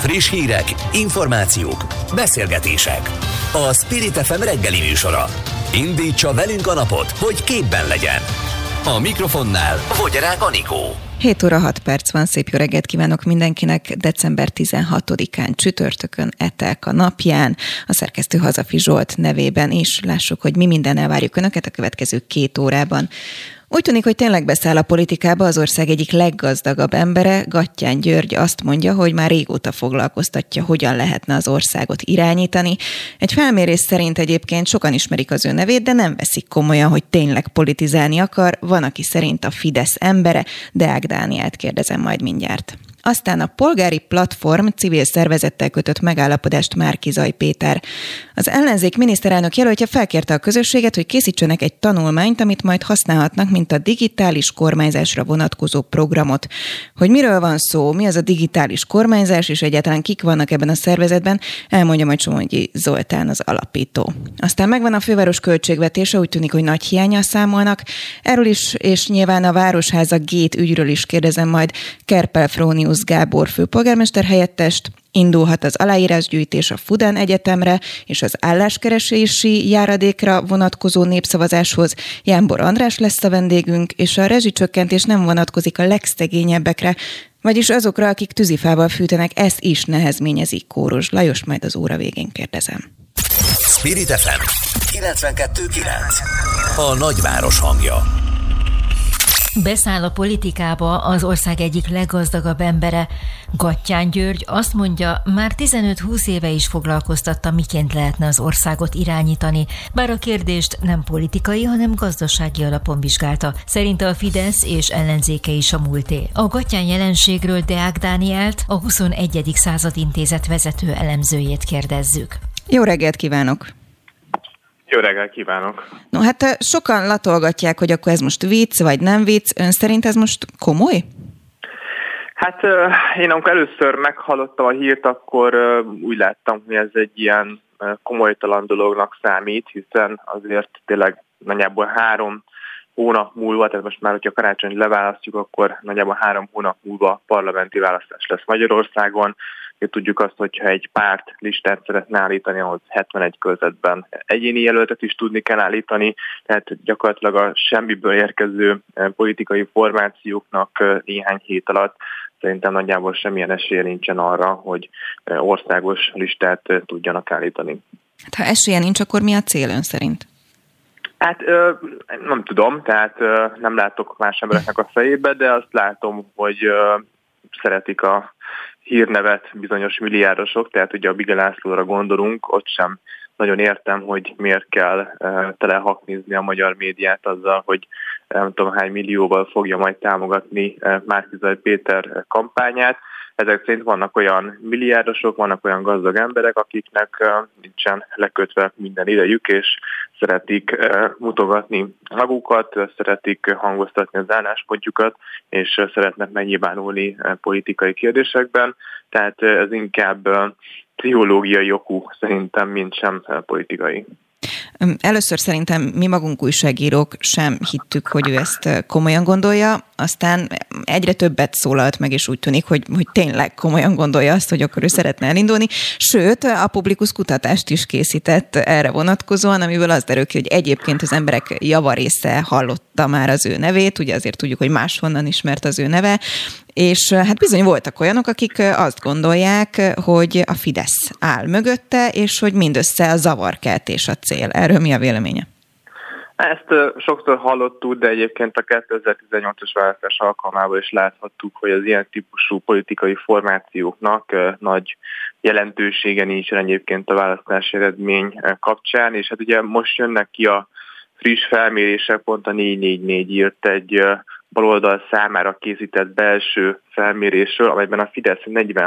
Friss hírek, információk, beszélgetések. A Spirit FM reggeli műsora. Indítsa velünk a napot, hogy képben legyen. A mikrofonnál Vogyarák Anikó. 7 óra 6 perc van, szép jó reggelt kívánok mindenkinek. December 16-án csütörtökön, Etelka napján, a szerkesztő Hazafi Zsolt nevében is. Lássuk, hogy mi mindennel várjuk Önöket a következő 2 órában. Úgy tűnik, hogy tényleg beszáll a politikába az ország egyik leggazdagabb embere, Gattyán György azt mondja, hogy már régóta foglalkoztatja, hogyan lehetne az országot irányítani. Egy felmérés szerint egyébként sokan ismerik az ő nevét, de nem veszik komolyan, hogy tényleg politizálni akar. Van, aki szerint a Fidesz embere, Deák Dánielt kérdezem majd mindjárt. Aztán a Polgári Platform civil szervezettel kötött megállapodást Márki-Zay Péter. Az ellenzék miniszterelnök jelöltje felkérte a közösséget, hogy készítsenek egy tanulmányt, amit majd használhatnak, mint a digitális kormányzásra vonatkozó programot. Hogy miről van szó, mi az a digitális kormányzás, és egyáltalán kik vannak ebben a szervezetben, elmondja majd Somogyi Zoltán, az alapító. Aztán megvan a főváros költségvetése, úgy tűnik, hogy nagy hiánnyal számolnak. Erről is, és nyilván a Városháza Gét ügyről is kérdezem majd Kerpel Frónius Gábor főpolgármester helyettest. Indulhat az aláírásgyűjtés a Fudan Egyetemre és az álláskeresési járadékra vonatkozó népszavazáshoz. Jánbor András lesz a vendégünk, és a rezsicsökkentés nem vonatkozik a legszegényebbekre, vagyis azokra, akik tűzifával fűtenek, ezt is nehezményezik. Kóros Lajos, majd az óra végén kérdezem. Spirit FM 92.9. A nagyváros hangja. Beszáll a politikába az ország egyik leggazdagabb embere, Gattyán György azt mondja, már 15-20 éve is foglalkoztatta, miként lehetne az országot irányítani, bár a kérdést nem politikai, hanem gazdasági alapon vizsgálta. Szerinte a Fidesz és ellenzéke is a múlté. A Gattyán jelenségről Deák Dánielt, a 21. század intézet vezető elemzőjét kérdezzük. Jó reggelt kívánok! Jó reggelt kívánok! No hát sokan latolgatják, hogy akkor ez most vicc, vagy nem vicc. Ön szerint ez most komoly? Hát én amikor először meghallottam a hírt, akkor úgy láttam, hogy ez egy ilyen komolytalan dolognak számít, hiszen azért tényleg nagyjából 3 hónap múlva, tehát most már, hogyha karácsonyt leválasztjuk, akkor nagyjából 3 hónap múlva parlamenti választás lesz Magyarországon. Tudjuk azt, hogyha egy párt listát szeretne állítani, ahhoz 71 körzetben egyéni jelöltet is tudni kell állítani, tehát gyakorlatilag a semmiből érkező politikai formációknak néhány hét alatt szerintem nagyjából semmilyen esélye nincsen arra, hogy országos listát tudjanak állítani. Hát, ha esélye nincs, akkor mi a cél ön szerint? Hát nem tudom, tehát nem látok más embereknek a fejébe, de azt látom, hogy szeretik a hírnevet bizonyos milliárdosok, tehát ugye a Bige Lászlóra gondolunk, ott sem nagyon értem, hogy miért kell telehaknizni a magyar médiát azzal, hogy nem tudom hány millióval fogja majd támogatni Márki-Zay Péter kampányát. Ezek szerint vannak olyan milliárdosok, vannak olyan gazdag emberek, akiknek nincsen lekötve minden idejük, és szeretik mutogatni magukat, szeretik hangoztatni az álláspontjukat, és szeretnek megnyilvánulni politikai kérdésekben. Tehát ez inkább pszichológiai okú szerintem, mint sem politikai. Először szerintem mi magunk újságírók sem hittük, hogy ő ezt komolyan gondolja, aztán egyre többet szólalt meg, és úgy tűnik, hogy tényleg komolyan gondolja azt, hogy akkor ő szeretne elindulni. Sőt, a Publikus kutatást is készített erre vonatkozóan, amiből az derül ki, hogy egyébként az emberek javarésze hallotta már az ő nevét, ugye azért tudjuk, hogy máshonnan ismert az ő neve, és hát bizony voltak olyanok, akik azt gondolják, hogy a Fidesz áll mögötte, és hogy mindössze a zavarkeltés a cél. Erről mi a véleménye? Ezt sokszor hallottuk, de egyébként a 2018-as választás alkalmával is láthattuk, hogy az ilyen típusú politikai formációknak nagy jelentősége nincsen egyébként a választási eredmény kapcsán, és hát ugye most jönnek ki a friss felmérések, pont a 444 írt egy baloldal számára készített belső felmérésről, amelyben a Fidesz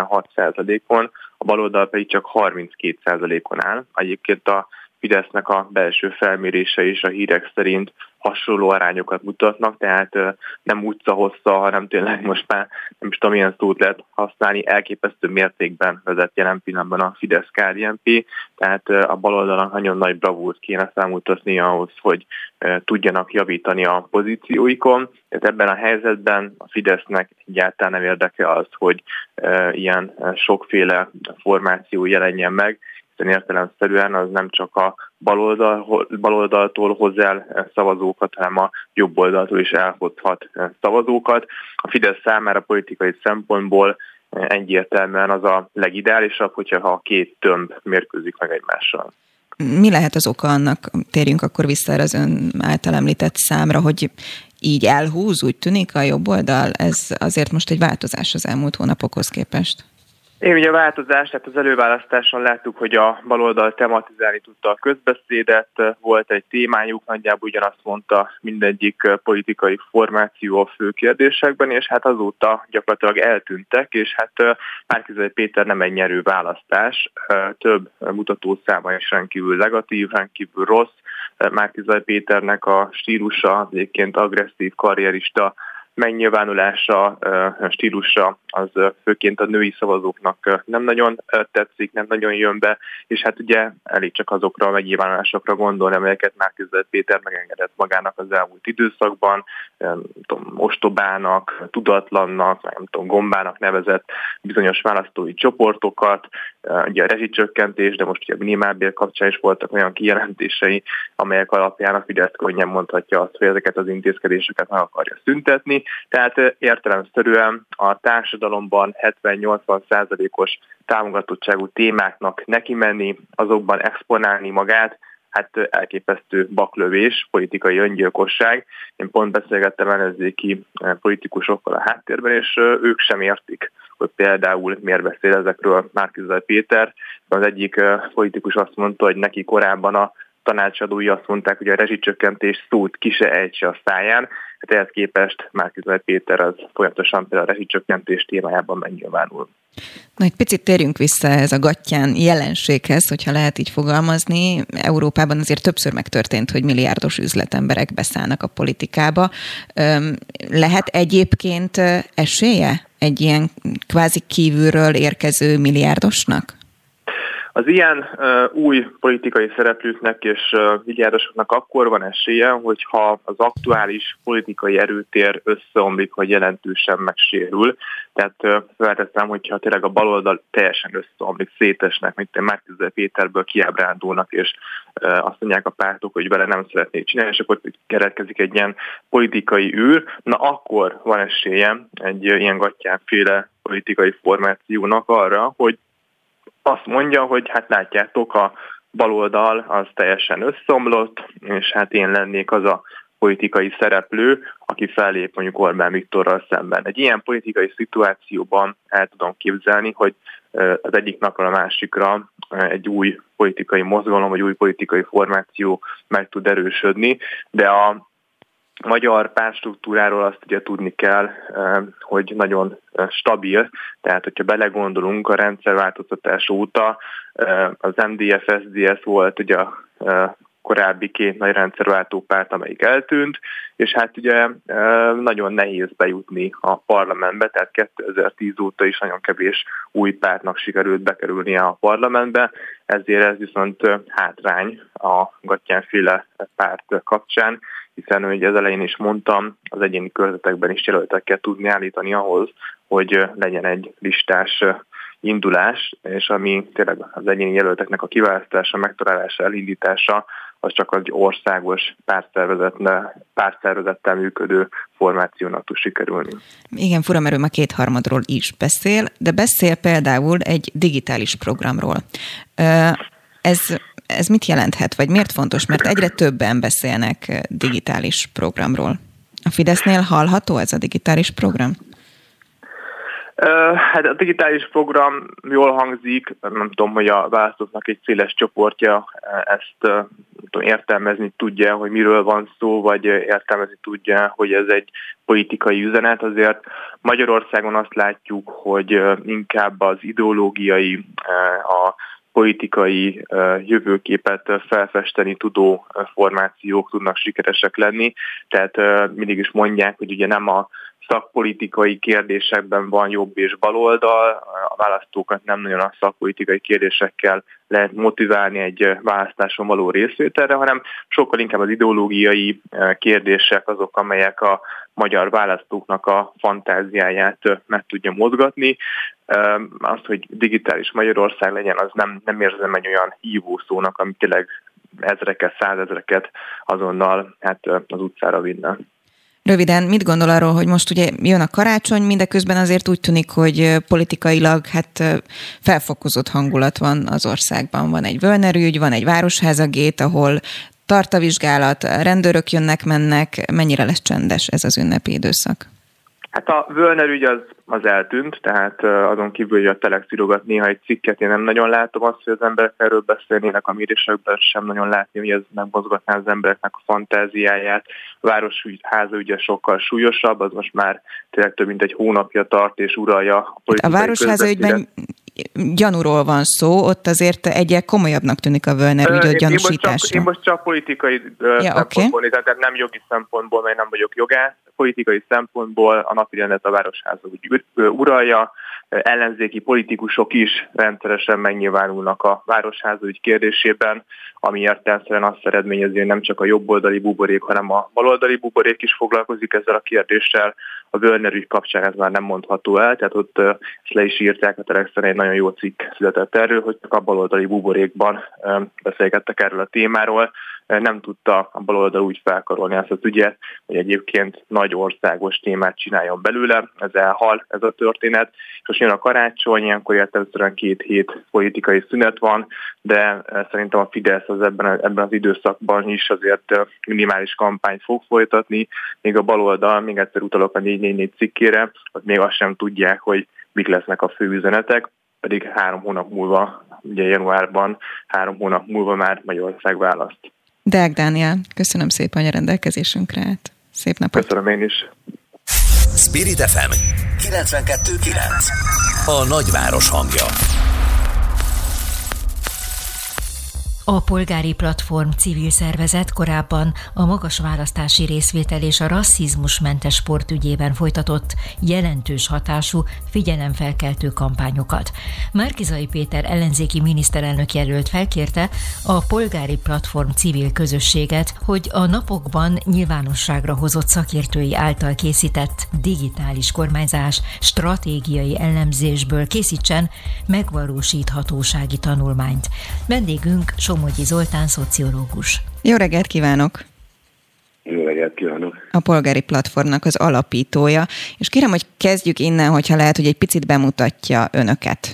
46%-on, a baloldal pedig csak 32%-on áll. Egyébként a Fidesznek a belső felmérése is a hírek szerint hasonló arányokat mutatnak, tehát nem utcahossza, hanem tényleg most már nem is tudom, milyen szót lehet használni, elképesztő mértékben vezet jelen pillanatban a Fidesz-KDNP, tehát a baloldalon nagyon nagy bravúrt kéne felmutatni ahhoz, hogy tudjanak javítani a pozícióikon. Tehát ebben a helyzetben a Fidesznek egyáltalán nem érdeke az, hogy ilyen sokféle formáció jelenjen meg, hiszen értelemszerűen az nem csak a baloldaltól hoz el szavazókat, hanem a jobb oldaltól is elhozhat szavazókat. A Fidesz számára politikai szempontból egyértelműen az a legideálisabb, hogyha a két tömb mérkőzik meg egymással. Mi lehet az oka annak, térjünk akkor vissza az ön által említett számra, hogy így elhúz, úgy tűnik a jobb oldal? Ez azért most egy változás az elmúlt hónapokhoz képest. Én ugye a változás, tehát az előválasztáson láttuk, hogy a baloldal tematizálni tudta a közbeszédet, volt egy témájuk, nagyjából ugyanazt mondta mindegyik politikai formáció a fő kérdésekben, és hát azóta gyakorlatilag eltűntek, és hát Márki-Zay Péter nem egy nyerő választás, több mutatószáma is rendkívül negatív, rendkívül rossz. Márki-Zay Péternek a stílusa, egyébként agresszív karrierista megnyilvánulása, stílusa az főként a női szavazóknak nem nagyon tetszik, nem nagyon jön be, és hát ugye elég csak azokra a megnyilvánulásokra gondolni, amelyeket Márki-Zay Péter megengedett magának az elmúlt időszakban, nem tudom, ostobának, tudatlannak, nem tudom, gombának nevezett bizonyos választói csoportokat, ugye a rezsicsökkentés, de most ugye a minimálbér kapcsán is voltak olyan kijelentései, amelyek alapján a Fidesz könnyen mondhatja azt, hogy ezeket az intézkedéseket meg akarja szüntetni. Tehát értelemszerűen a társadalomban 70-80%-os támogatottságú témáknak neki menni, azokban exponálni magát, hát elképesztő baklövés, politikai öngyilkosság. Én pont beszélgettem ellenzéki politikusokkal a háttérben, és ők sem értik, hogy például miért beszél ezekről Márki-Zay Péter. Az egyik politikus azt mondta, hogy neki korábban a tanácsadói azt mondták, hogy a rezsicsökkentés szót ki se ejtse a száján. Hát ehhez képest Márki-Zay Péter az folyamatosan például a rezsicsökkentés témájában megnyilvánul. Na, egy picit térjünk vissza ez a gattyán jelenséghez, hogyha lehet így fogalmazni. Európában azért többször megtörtént, hogy milliárdos üzletemberek beszállnak a politikába. Lehet egyébként esélye egy ilyen kvázi kívülről érkező milliárdosnak? Az ilyen új politikai szereplőknek és milliárdosoknak akkor van esélye, hogyha az aktuális politikai erőtér összeomlik, vagy jelentősen megsérül. Tehát felteszem, hogyha tényleg a baloldal teljesen összeomlik, szétesnek, mint Márki-Zay Péterből kiábrándulnak, és azt mondják a pártok, hogy vele nem szeretnék csinálni, és akkor keretkezik egy ilyen politikai űr. Na akkor van esélye egy ilyen gattyánféle politikai formációnak arra, hogy azt mondja, hogy hát látjátok, a baloldal az teljesen összeomlott, és hát én lennék az a politikai szereplő, aki fellép mondjuk Orbán Viktorral szemben. Egy ilyen politikai szituációban el tudom képzelni, hogy az egyik napról a másikra egy új politikai mozgalom, vagy új politikai formáció meg tud erősödni, de a magyar pártstruktúráról azt ugye tudni kell, hogy nagyon stabil, tehát hogyha belegondolunk a rendszerváltoztatás óta, az MDF-SZDSZ volt ugye a korábbi két nagy rendszerváltó párt, amelyik eltűnt, és hát ugye nagyon nehéz bejutni a parlamentbe, tehát 2010 óta is nagyon kevés új pártnak sikerült bekerülnie a parlamentbe, ezért ez viszont hátrány a gattyánféle párt kapcsán, hiszen, hogy az elején is mondtam, az egyéni körzetekben is jelöltek kell tudni állítani ahhoz, hogy legyen egy listás indulás, és ami tényleg az egyéni jelölteknek a kiválasztása, megtalálása, elindítása, az csak egy országos pártszervezettel működő formációnak tud sikerülni. Igen, fura, mert ő már 2/3 is beszél, de beszél például egy digitális programról. Ez mit jelenthet, vagy miért fontos? Mert egyre többen beszélnek digitális programról. A Fidesznél hallható ez a digitális program? Hát a digitális program jól hangzik, nem tudom, hogy a választóknak egy széles csoportja ezt értelmezni tudja, hogy miről van szó, vagy értelmezni tudja, hogy ez egy politikai üzenet. Azért Magyarországon azt látjuk, hogy inkább az ideológiai, a politikai jövőképet felfesteni tudó formációk tudnak sikeresek lenni. Tehát mindig is mondják, hogy ugye nem a szakpolitikai kérdésekben van jobb és baloldal, a választókat nem nagyon a szakpolitikai kérdésekkel lehet motiválni egy választáson való részvételre, hanem sokkal inkább az ideológiai kérdések azok, amelyek a magyar választóknak a fantáziáját meg tudja mozgatni. Az, hogy digitális Magyarország legyen, az nem érzem egy olyan hívószónak, ami tényleg ezreket, százezreket azonnal az utcára vinne. Röviden, mit gondol arról, hogy most ugye jön a karácsony, mindeközben azért úgy tűnik, hogy politikailag felfokozott hangulat van az országban. Van egy Völner ügy, van egy Városházagét, ahol tart a vizsgálat, rendőrök jönnek-mennek. Mennyire lesz csendes ez az ünnepi időszak? Hát a Völner ügy az eltűnt, tehát azon kívül, hogy a Telex írogat néha egy cikket, én nem nagyon látom azt, hogy az emberek erről beszélnének, a mérésekben sem nagyon látni, hogy ez megmozgatná az embereknek a fantáziáját. A Városháza ügye sokkal súlyosabb, az most már tényleg több mint egy hónapja tart és uralja a politikai közbeszédet. A Városháza ügyben gyanúról van szó, ott azért egyel komolyabbnak tűnik a Völner ügy, a gyanúsításra. Én most csak politikai szempontból, tehát nem jogi szempontból, mert nem vagyok jogász, politikai szempontból a napirendet a Városháza ügy uralja, ellenzéki politikusok is rendszeresen megnyilvánulnak a Városháza ügy kérdésében, ami értelemszerűen azt eredményezi, hogy nem csak a jobboldali buborék, hanem a baloldali buborék is foglalkozik ezzel a kérdéssel. A Völner ügy kapcsán ez már nem mondható el, tehát ott ezt le is írták, a Telexen egy nagyon jó cikk született erről, hogy a baloldali buborékban beszélgettek erről a témáról. Nem tudta a baloldal úgy felkarolni ezt az ügyet, hogy egyébként nagy országos témát csináljon belőle, ez elhal ez a történet. És most jön a karácsony, ilyenkor értelemszerűen 2 hét politikai szünet van, de szerintem a Fidesz az ebben az időszakban is azért minimális kampányt fog folytatni, még a baloldal, még egyszer utalok a 444 cikkére, ott még azt sem tudják, hogy mik lesznek a fő üzenetek, pedig 3 hónap múlva, ugye januárban 3 hónap múlva már Magyarország választ. Deák Dániel, köszönöm szépen, hogy a rendelkezésünkre állt. Szép napot! Köszönöm én is! Spirit FM 92.9. A nagyváros hangja. A Polgári Platform civil szervezet korábban a magas választási részvétel és a rasszizmusmentes sport ügyében folytatott jelentős hatású, figyelemfelkeltő kampányokat. Márki-Zay Péter ellenzéki miniszterelnök jelölt felkérte a Polgári Platform civil közösséget, hogy a napokban nyilvánosságra hozott szakértői által készített digitális kormányzás stratégiai elemzésből készítsen megvalósíthatósági tanulmányt. Vendégünk Somogyi Zoltán, szociológus. Jó reggelt kívánok! Jó reggelt kívánok! A Polgári Platformnak az alapítója, és kérem, hogy kezdjük innen, hogyha lehet, hogy egy picit bemutatja önöket.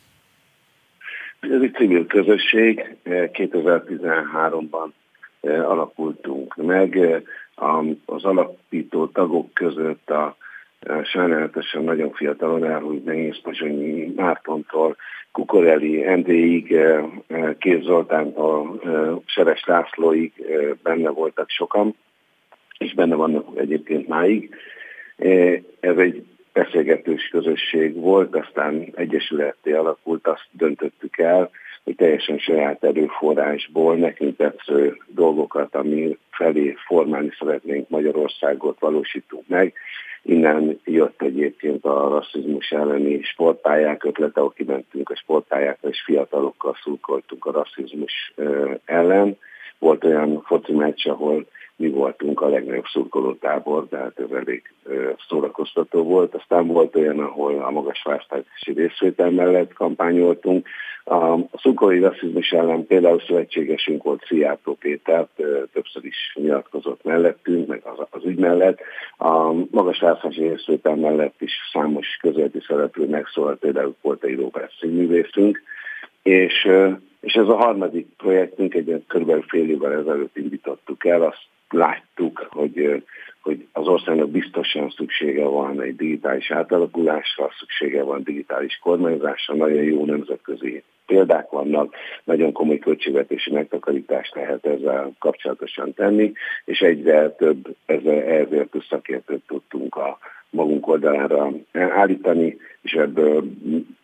Ez egy civil közösség, 2013-ban alakultunk meg. Az alapító tagok között a sajnálatosan nagyon fiatalon elhúnyt nehéz Pozsonyi Mártontól, Kukoreli Endréig, Kéz Zoltántól, Seres Lászlóig benne voltak sokan, és benne vannak egyébként máig. Ez egy beszélgetős közösség volt, aztán egyesületté alakult, azt döntöttük el, hogy teljesen saját erőforrásból nekünk tetsző dolgokat, ami felé formálni szeretnénk Magyarországot, valósítunk meg. Innen jött egyébként a rasszizmus elleni sportpályák ötlete, ahol kimentünk a sportpályákra, és fiatalokkal szurkoltunk a rasszizmus ellen. Volt olyan foci meccs, ahol mi voltunk a legnagyobb szurkolótábor, tehát ez elég szórakoztató volt. Aztán volt olyan, ahol a magas választási részvétel mellett kampányoltunk. A szurkolói rasszizmus ellen például szövetségesünk volt Szijjártó Péter, többször is nyilatkozott mellettünk, meg az ügy mellett. A magas választási részvétel mellett is számos közéleti szereplő megszólalt, például Poltai Róbert színművészünk, és ez a harmadik projektünk, egy kb. Fél évvel ezelőtt indítottuk el, azt láttuk, hogy az országnak biztosan szüksége van egy digitális átalakulásra, szüksége van digitális kormányzásra, nagyon jó nemzetközi példák vannak, nagyon komoly költségvetési megtakarítást lehet ezzel kapcsolatosan tenni, és egyre több ezért szakértőt tudtunk a magunk oldalára állítani, és ebből azt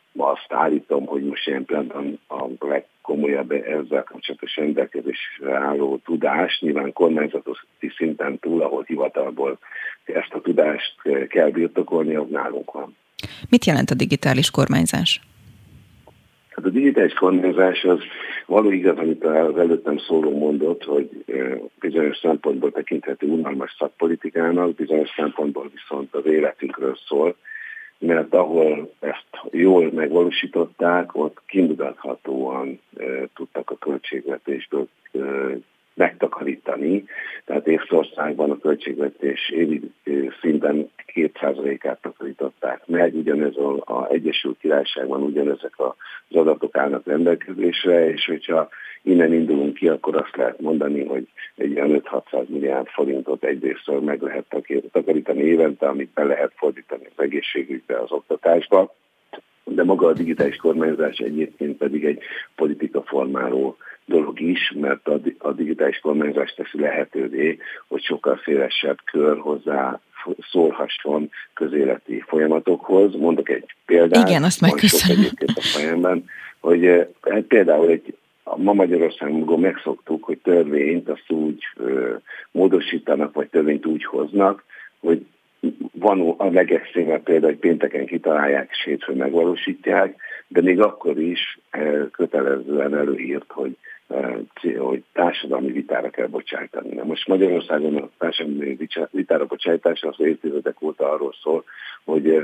azt állítom, hogy most ilyen pillanatban a legkomolyabb ezzel kapcsolatos rendelkezésre álló tudás, nyilván kormányzati szinten túl, ahol hivatalból ezt a tudást kell birtokolni, az nálunk van. Mit jelent a digitális kormányzás? Hát a digitális kormányzás az való igaz, amit az előttem szóló mondott, hogy bizonyos szempontból tekinthető unalmas szakpolitikának, bizonyos szempontból viszont az életünkről szól, mert ahol ezt jól megvalósították, ott kimutathatóan tudtak a költségvetésből megtakarítani. Tehát Észtországban a költségvetés évi szinten 2%-át takarították meg, ugyanez az Egyesült Királyságban ugyanezek az adatok állnak rendelkezésre, és hogyha innen indulunk ki, akkor azt lehet mondani, hogy egy ilyen 5-600 milliárd forintot egyrésztről meg lehet takarítani évente, amit be lehet fordítani az egészségügybe, az oktatásba, de maga a digitális kormányzás egyébként pedig egy politikaformáló dolog is, mert a digitális kormányzás teszi lehetővé, hogy sokkal szélesebb kör hozzá szólhasson közéleti folyamatokhoz. Mondok egy példát. Igen, azt megköszönöm. Egyébként a fejemben, hogy hát például ma Magyarországon megszoktuk, hogy törvényt azt úgy módosítanak, vagy törvényt úgy hoznak, hogy van a legextrémebb példa, hogy pénteken kitalálják, és hétfőn megvalósítják, de még akkor is kötelezően előírt, hogy társadalmi vitára kell bocsájtani. Na most Magyarországon a társadalmi vitára bocsájtás az évtizedek óta arról szól, hogy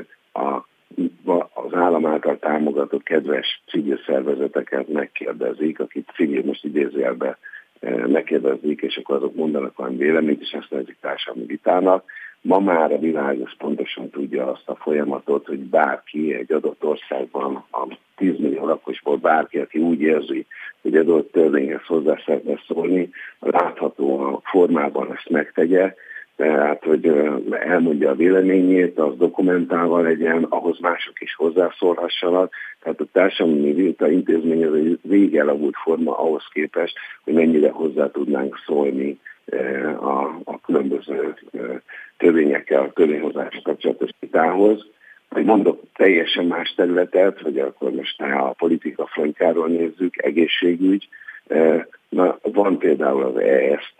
az állam által támogatott kedves civil szervezeteket megkérdezik, akit civil most idézőjelben megkérdezik, és akkor azok mondanak valami véleményt, és ezt nevezik társadalmi vitának. Ma már a világ az pontosan tudja azt a folyamatot, hogy bárki egy adott országban, a 10 millió lakosból bárki, aki úgy érzi, hogy adott törvényhez hozzá szeretne szólni, látható a formában ezt megtegye, tehát, hogy elmondja a véleményét, az dokumentálva legyen, ahhoz mások is hozzászólhassanak. Tehát a társadalmi vita intézmény az egy rég elavult forma ahhoz képest, hogy mennyire hozzá tudnánk szólni a különböző törvényekkel, a törvényhozás kapcsolatos vitához. Vagy mondok teljesen más területet, hogy akkor most a politika frontjáról nézzük, egészségügy. Na, van például az EST,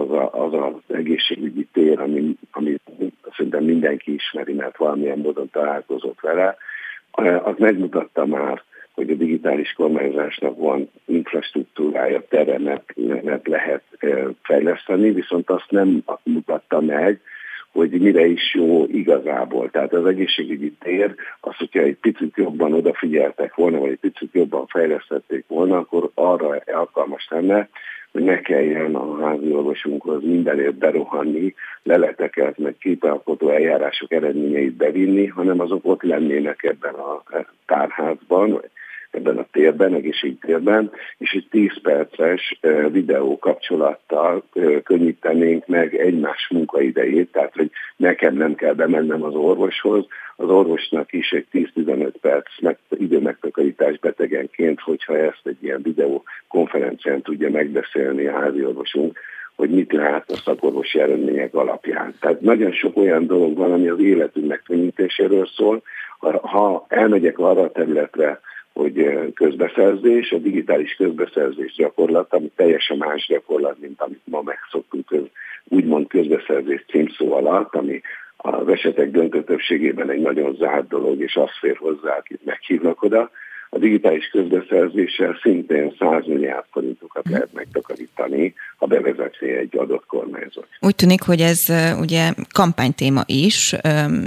az egészségügyi tér, ami szerintem mindenki ismeri, mert valamilyen módon találkozott vele. Az megmutatta már, hogy a digitális kormányzásnak van infrastruktúrája, teremet lehet fejleszteni, viszont azt nem mutatta meg, hogy mire is jó igazából. Tehát az egészségügyi tér, az, hogyha egy picit jobban odafigyeltek volna, vagy egy picit jobban fejlesztették volna, akkor arra alkalmas lenne, hogy ne kelljen a házi orvosunkhoz mindenért berohanni, leleteket, meg képalkotó eljárások eredményeit bevinni, hanem azok ott lennének ebben a tárházban, ebben a térben, egészségügyi térben, és egy 10 perces videó kapcsolattal könnyítenénk meg egymás munkaidejét, tehát hogy nekem nem kell bemennem az orvoshoz, az orvosnak is egy 10-15 perc időmegtakarítás betegenként, hogyha ezt egy ilyen videókonferencián tudja megbeszélni a házi orvosunk, hogy mit lát a szakorvosi eredmények alapján. Tehát nagyon sok olyan dolog van, ami az életünk megkönnyítéséről szól. Ha elmegyek arra a területre, hogy közbeszerzés, a digitális közbeszerzés gyakorlat, ami teljesen más gyakorlat, mint amit ma megszoktunk úgymond közbeszerzés címszó alatt, ami az esetek döntő többségében egy nagyon zárt dolog, és az fér hozzá, akit meghívnak oda. A digitális közbeszerzéssel szintén 100 milliárd forintokat lehet megtakarítani, ha bevezeti egy adott kormányzat. Úgy tűnik, hogy ez ugye kampánytéma is.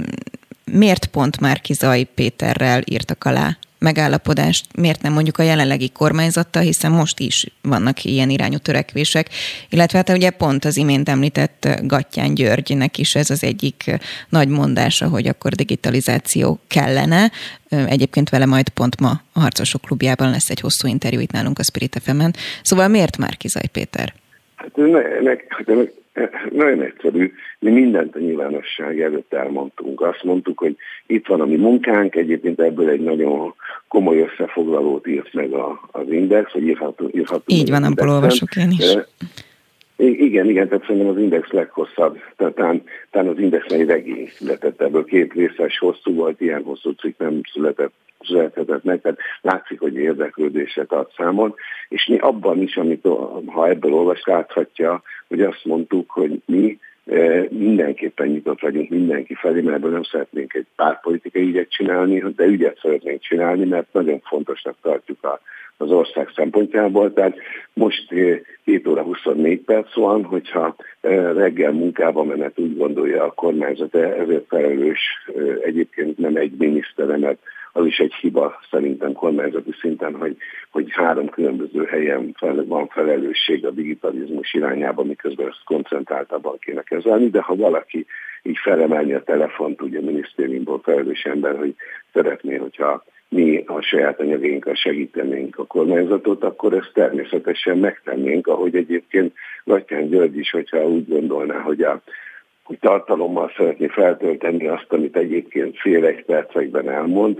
Miért pont Márki-Zay Péterrel írtak alá megállapodást, miért nem mondjuk a jelenlegi kormányzattal, hiszen most is vannak ilyen irányú törekvések, illetve hát ugye pont az imént említett Gattyán Györgynek is ez az egyik nagy mondása, hogy akkor digitalizáció kellene. Egyébként vele majd pont ma a Harcosok Klubjában lesz egy hosszú interjú itt nálunk a Spirit FM-en. Szóval miért Márki-Zay Péter? Hát nagyon egyszerű. Mi mindent a nyilvánosság előtt elmondtunk. Azt mondtuk, hogy itt van a mi munkánk, egyébként ebből egy nagyon komoly összefoglalót írt meg az Index, vagy írhatunk. Így van, abból olvasok én is. Igen, tehát szerintem az Index leghosszabb, talán az Indexen egy regény született, ebből 2 részes hosszú volt, ilyen hosszú cikk nem született születhetett meg, tehát látszik, hogy érdeklődésre tart számon, és mi abban is, amit ha ebből olvas, láthatja, hogy azt mondtuk, hogy mi mindenképpen nyitott vagyunk mindenki felé, mert ebből nem szeretnénk egy pártpolitikai ügyet csinálni, de ügyet szeretnénk csinálni, mert nagyon fontosnak tartjuk az ország szempontjából. Tehát most 7 óra 24 perc van, hogyha reggel munkába menet úgy gondolja a kormányzat, ezért felelős egyébként nem egy minisztere, mert az is egy hiba szerintem kormányzati szinten, hogy 3 különböző helyen van felelősség a digitalizmus irányába, miközben ezt koncentráltabban kéne kezelni, de ha valaki így felemelni a telefont, ugye a minisztériumból felelős ember, hogy szeretné, hogyha mi a saját anyagainkkal segítenénk a kormányzatot, akkor ezt természetesen megtennénk, ahogy egyébként Gattyán György is, hogyha úgy gondolná, hogy tartalommal szeretné feltölteni azt, amit egyébként fél egy percekben elmond,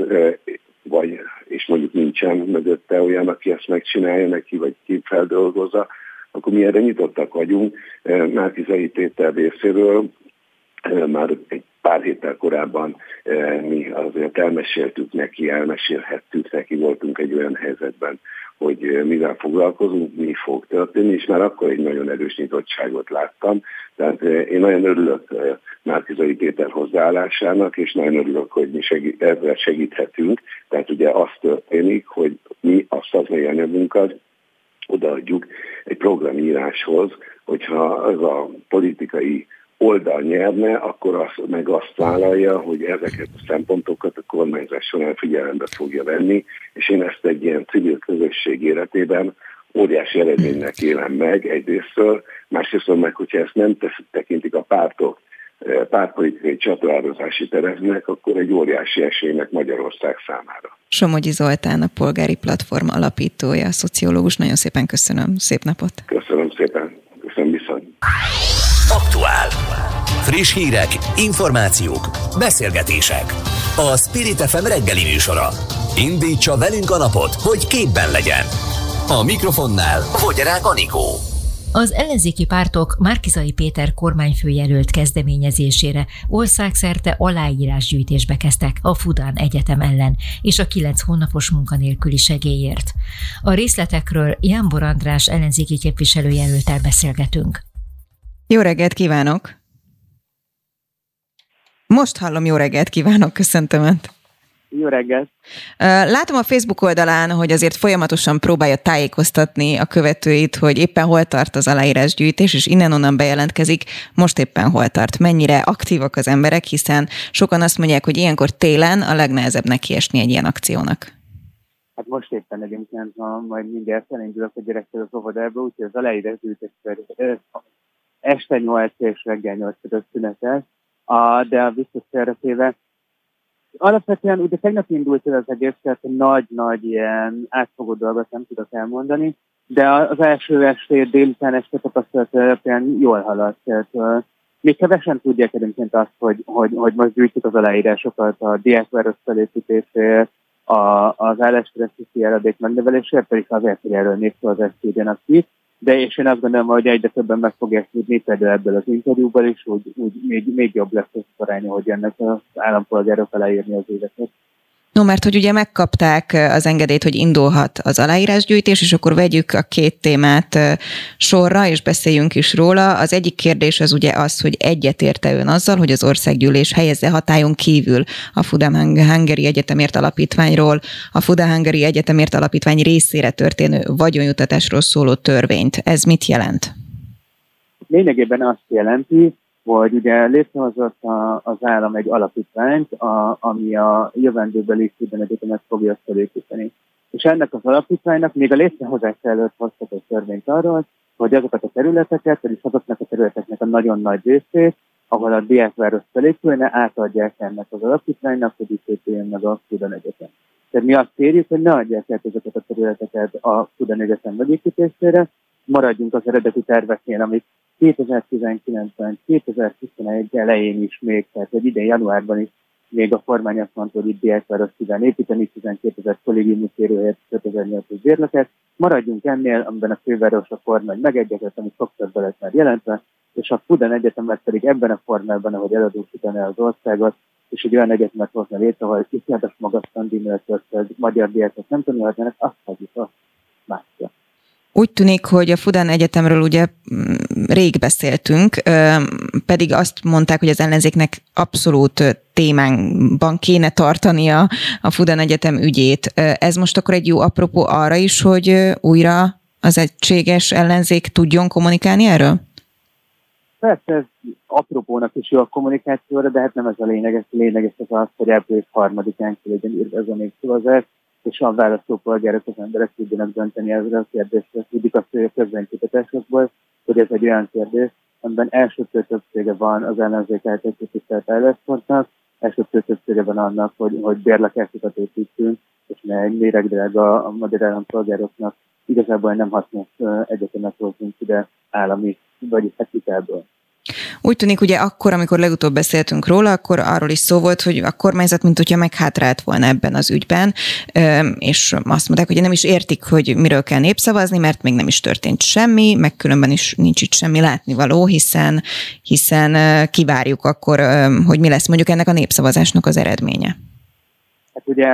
és mondjuk nincsen mögötte olyan, aki ezt megcsinálja neki, vagy ki feldolgozza, akkor mi erre nyitottak vagyunk. Márki-Zay Péter részéről már egy pár héttel korábban mi azért elmesélhettük neki, voltunk egy olyan helyzetben, hogy mivel foglalkozunk, mi fog történni, és már akkor egy nagyon erős nyitottságot láttam. Tehát én nagyon örülök Márki-Zay Péter hozzáállásának, és nagyon örülök, hogy mi ezzel segíthetünk. Tehát ugye az történik, hogy mi a szakmai anyagunkat odaadjuk egy programíráshoz, hogyha ez a politikai oldal nyerne, akkor azt vállalja, hogy ezeket a szempontokat a kormányzás során figyelembe fogja venni, és én ezt egy ilyen civil közösség életében óriási eredménynek élem meg egyrésztől, másrészt meg, hogyha ezt nem tekintik a pártok pártpolitikai csatlakozási tereznek, akkor egy óriási esélynek Magyarország számára. Somogyi Zoltán, a Polgári Platform alapítója, szociológus. Nagyon szépen köszönöm. Szép napot! Köszönöm szépen. Köszönöm viszont. Aktuál. Friss hírek, információk, beszélgetések. A Spirit FM reggeli műsora. Indítsa velünk a napot, hogy képben legyen. A mikrofonnál Vogyarák Anikó. Az ellenzéki pártok Márki-Zay Péter kormányfőjelölt kezdeményezésére országszerte aláírásgyűjtésbe kezdtek a Fudan Egyetem ellen és a 9 hónapos munkanélküli segélyért. A részletekről Jámbor András ellenzéki képviselőjelölttel beszélgetünk. Jó reggelt kívánok! Most hallom, jó reggelt kívánok, köszöntöm Önt! Jó reggelt! Látom a Facebook oldalán, hogy azért folyamatosan próbálja tájékoztatni a követőit, hogy éppen hol tart az aláírásgyűjtés, és innen-onnan bejelentkezik, most éppen hol tart. Mennyire aktívak az emberek, hiszen sokan azt mondják, hogy ilyenkor télen a legnehezebb nekiesni egy ilyen akciónak. Hát most éppen egyébként, majd mindjárt elindulok a gyerekkel az óvodába, úgyhogy az aláírásgyűjtés este 8 és reggel 8 között szünetel, de a biztos félretéve. Alapvetően ugye tegnap indult el az egész, tehát nagy ilyen átfogó dolgot nem tudok elmondani, de az első estét, délután este tapasztalat alapján jól haladt. Tehát, még kevesen tudják egyébként azt, hogy most gyűjtjük az aláírásokat a diákváros felépítésért, az álláskeresési járadék megnövelésért, pedig azért, hogy erről népszavazást írjanak ki. De és én azt gondolom, hogy egyre többen meg fogják tudni, például ebből az interjúból is, úgy még jobb lesz az arány, hogy ennek az állampolgárok aláírni az éveket. No, mert hogy ugye megkapták az engedélyt, hogy indulhat az aláírásgyűjtés, és akkor vegyük a két témát sorra, és beszéljünk is róla. Az egyik kérdés az ugye az, hogy egyetérte ön azzal, hogy az országgyűlés helyezze hatályon kívül a Fudan-Hungary Egyetemért Alapítványról, a Fudan-Hungary Egyetemért Alapítvány részére történő vagyonjutatásról szóló törvényt. Ez mit jelent? Lényegében azt jelenti, hogy ugye létrehozott az állam egy alapítványt, ami a jövendőbeli Fudan Egyetemet fogja felépíteni. És ennek az alapítványnak még a létrehozás előtt hoztak egy törvényt arról, hogy azokat a területeket, vagyis azoknak a területeknek a nagyon nagy részét, ahol a diákváros felépülne, átadják ennek az alapítványnak, hogy itt épüljön meg a Fudan Egyetem. Tehát mi azt kérjük, hogy ne adják át ezeket a területeket a Fudan Egyetem megépítésére, maradjunk az eredeti terveknél, amit 2019-ben, 2021 elején is még, tehát hogy idén januárban is még a kormány azt mondta, hogy itt diákváros kíván építeni, 12 000 kollégiumi térőhelyet, 5800 bérletet. Maradjunk ennél, amiben a főváros a kormány megegyezett, amit sokszor be lett már jelentve, és a Fudan Egyetemet pedig ebben a formában, ahogy eladósítaná az országot, és egy olyan egyetemet hozna létre, ahol iszonyatos magas tandíjműletet, magyar diákok nem tanulhatnának, azt hagyjuk, azt másra. Úgy tűnik, hogy a Fudan Egyetemről ugye rég beszéltünk, pedig azt mondták, hogy az ellenzéknek abszolút témánkban kéne tartania a Fudan Egyetem ügyét. Ez most akkor egy jó apropó arra is, hogy újra az egységes ellenzék tudjon kommunikálni erről? Persze ez apropónak is jó a kommunikációra, de hát nem ez a lényeges. Lényeges az, hogy április 3-án legyen írva ez a népszavazás, és a választópolgárok, az emberek tudjanak dönteni ezzel a kérdésre. Tudjuk azt, hogy a közvénykutatásokból, hogy ez egy olyan kérdés, amiben elsőtől többsége van az ellenzék által képviselt álláspontnak, elsőtől többsége van annak, hogy bérlakásokat építünk, és ne egy méregdrága a magyar állampolgároknak igazából nem hasznos egyetemet hozunk ide állami, vagyis hitelből. Úgy tűnik, ugye akkor, amikor legutóbb beszéltünk róla, akkor arról is szó volt, hogy a kormányzat mint hogyha meghátrált volna ebben az ügyben, és azt mondták, hogy nem is értik, hogy miről kell népszavazni, mert még nem is történt semmi, meg különben is nincs itt semmi látnivaló, hiszen kivárjuk akkor, hogy mi lesz mondjuk ennek a népszavazásnak az eredménye. Hát ugye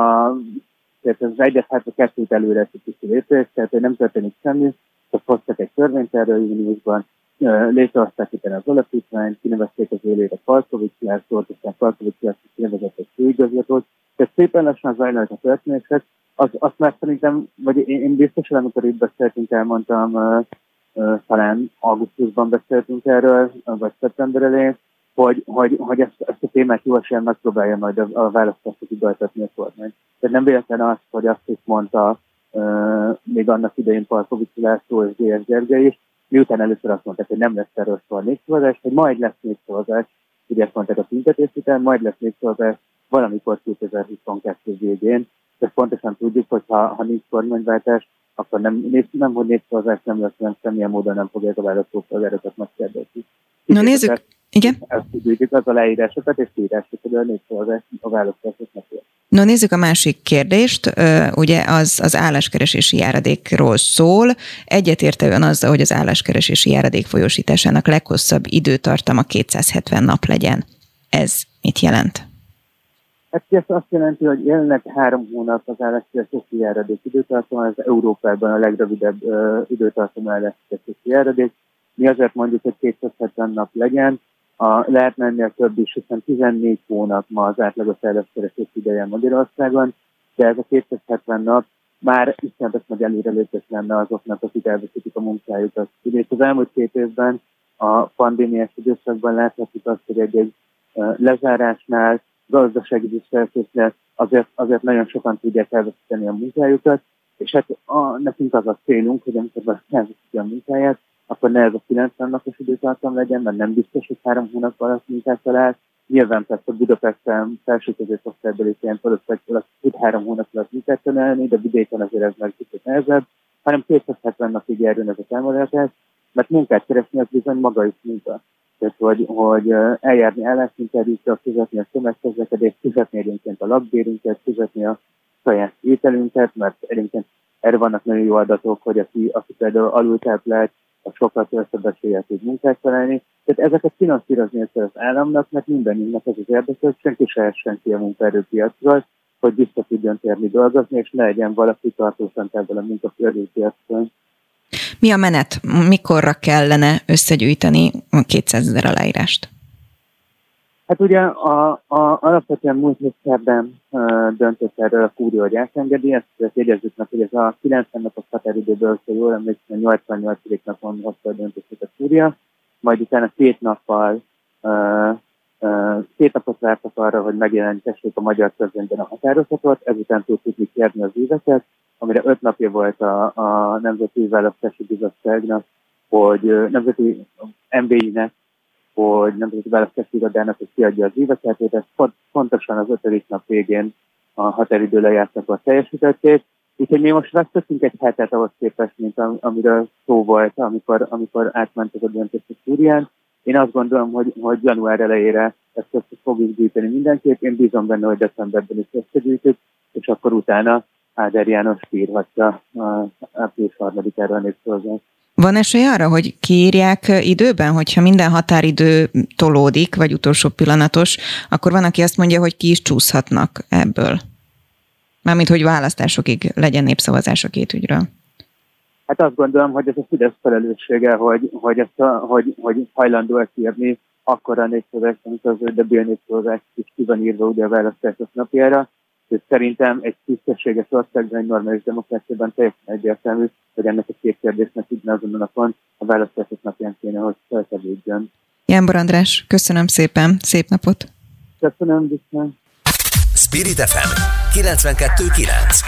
az egyet, hát a kettőt előre esik lépés, tehát nem történik semmi, csak hoztak egy törvényt erről júniusban, létrehozták itt az alapítványt, kinevezték az élére Palkovics Lászlót, aztán Palkovics László kinevezett egy főigazgatót, tehát szépen lassan zajlanak a történések. Azt már szerintem, vagy én biztosan, amikor itt beszéltünk, elmondtam, talán augusztusban beszéltünk erről, vagy szeptember elején, hogy ezt a témát jóval megpróbálja majd a választások igazgatni a kormány. Tehát nem véletlen az, hogy azt is mondta még annak idején Palkovics László és D.S. Gergely is, miután először azt mondták, hogy nem lesz erről szó a népszavazás, hogy majd lesz népszavazás, ugye ezt mondták a tüntetés után, majd lesz népszavazás valamikor 2022 végén, de pontosan tudjuk, hogy ha nincs kormányváltás, akkor nem hogy népszavazás nem lesz, nem semmilyen módon nem fogják a választópolgárokat megkérdezni. Na nézzük, igen. Ezt tudjuk, az a leírásokat és kiírásokat, hogy a népszavazás a választásoknak ér. No, nézzük a másik kérdést. Ugye az álláskeresési járadékról szól. Egyetérte ön azzal, hogy az álláskeresési járadék folyósításának leghosszabb időtartama 270 nap legyen. Ez mit jelent? Hát ez azt jelenti, hogy jelenleg 3 hónap az álláskeresési járadék időtartama, ez Európában a legrövidebb időtartama álláskeresési járadék. Mi azért mondjuk, hogy 270 nap legyen, lehetne ennél több is, hiszen 14 hónap ma az átlagos álláskeresés ideje Magyarországon, de ez a 270 nap már iszonyatos nagy előrelépés lenne azoknak, akik elveszítik a munkájukat. Ugye az elmúlt 2 évben a pandémiás időszakban láthatjuk azt, hogy egy lezárásnál, gazdasági visszaesésnél azért nagyon sokan tudják elveszíteni a munkájukat, és hát nekünk az a célunk, hogy amikor valaki elveszíti a munkáját, akkor ne ez a 90 napos időtartam legyen, mert nem biztos, hogy 3 hónap alatt munkát talál. Nyilván persze a Budapesten felső középosztálybeli ilyen valószínűleg tud 3 hónap alatt munkát találni, de vidéken azért ez meg kicsit nehezebb, hanem 270 napig járjon ez a támogatás, mert munkát keresni az bizony maga is munka. Tehát, hogy eljárni állásinterjúkra, fizetni a tömegközlekedést, fizetni egyébként a lakbérünket, fizetni a saját ételünket, mert egyébként erre vannak nagyon jó adatok, hogy aki például alultáplált, a sokkal több eséllyel tud munkát találni. Tehát ezeket finanszírozni kell az államnak, mert mindenünknek ez az érdekes, senki se essen ki a munkaerőpiacról, hogy vissza tudjon térni dolgozni, és ne legyen valaki tartósan távol a munkaerőpiacról. Mi a menet? Mikorra kellene összegyűjteni a 200 000 aláírást? Hát ugye alapvetően múlt hétben döntött erről a kúria, hogy átengedi, ezt jegyezzük meg, hogy ez a 90 napos határidőből, hogy jól emlékszem, 88. napon hozta a döntést a kúria, majd utána 2 napot vártak arra, hogy megjelentessék a magyar közönyben a határozatot, ezután tudtuk kérni az éveket, amire 5 napja volt a Nemzeti Választási Bizottságnak, hogy Nemzeti MBI-nek, hogy Nemzeti Választási Irodának, hogy kiadja az éveket, de pontosan az 5. nap végén a határidő lejártakor teljesítették. Úgyhogy mi most vesztettünk egy hetet ahhoz képest, mint amiről szó volt, amikor átmentek a döntést a Kúrián. Én azt gondolom, hogy január elejére ezt fogjuk gyűjteni mindenképp. Én bízom benne, hogy decemberben is összegyűjtjük, és akkor utána Áder János írhatja április 3-ára a népszavazást. Van esély arra, hogy kiírják időben, hogyha minden határidő tolódik, vagy utolsó pillanatos, akkor van, aki azt mondja, hogy ki is csúszhatnak ebből? Mármint, hogy választásokig legyen népszavazás a két ügyről. Hát azt gondolom, hogy ez a Fidesz felelőssége, hogy hajlandó ezt írni akkora népszavazást, amikor az ördöbbi népszavazást is ki van írva ugye a választások napjára. És szerintem egy tisztességes országban, egy normális demokráciában teljesen egyértelmű, hogy ennek a két kérdésnek ugyanazon a napon a választások napján kéne, hogy feltevődjön. Jánbor András, köszönöm szépen, szép napot! Köszönöm, viszont. Spirit FM 92.9.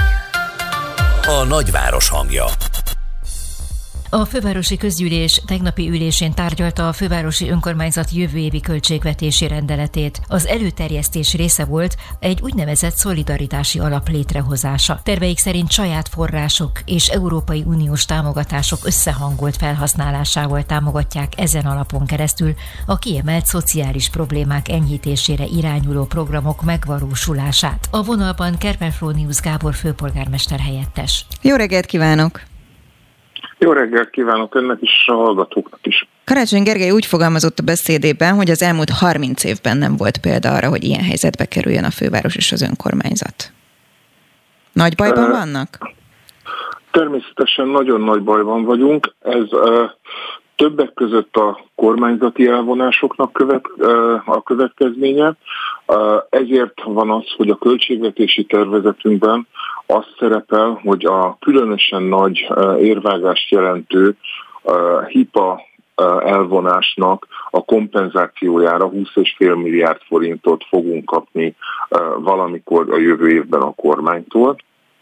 A nagyváros hangja. A fővárosi közgyűlés tegnapi ülésén tárgyalta a fővárosi önkormányzat jövő évi költségvetési rendeletét. Az előterjesztés része volt egy úgynevezett szolidaritási alap létrehozása. Terveik szerint saját források és Európai Uniós támogatások összehangolt felhasználásával támogatják ezen alapon keresztül a kiemelt szociális problémák enyhítésére irányuló programok megvalósulását. A vonalban Kerpel-Flónius Gábor főpolgármester helyettes. Jó reggelt kívánok! Jó reggelt kívánok önnek is, a hallgatóknak is. Karácsony Gergely úgy fogalmazott a beszédében, hogy az elmúlt 30 évben nem volt példa arra, hogy ilyen helyzetbe kerüljön a főváros és az önkormányzat. Nagy bajban vannak? Természetesen nagyon nagy bajban vagyunk. Ez többek között a kormányzati elvonásoknak a következménye. Ezért van az, hogy a költségvetési tervezetünkben az szerepel, hogy a különösen nagy érvágást jelentő HIPA elvonásnak a kompenzációjára 20,5 milliárd forintot fogunk kapni valamikor a jövő évben a kormánytól.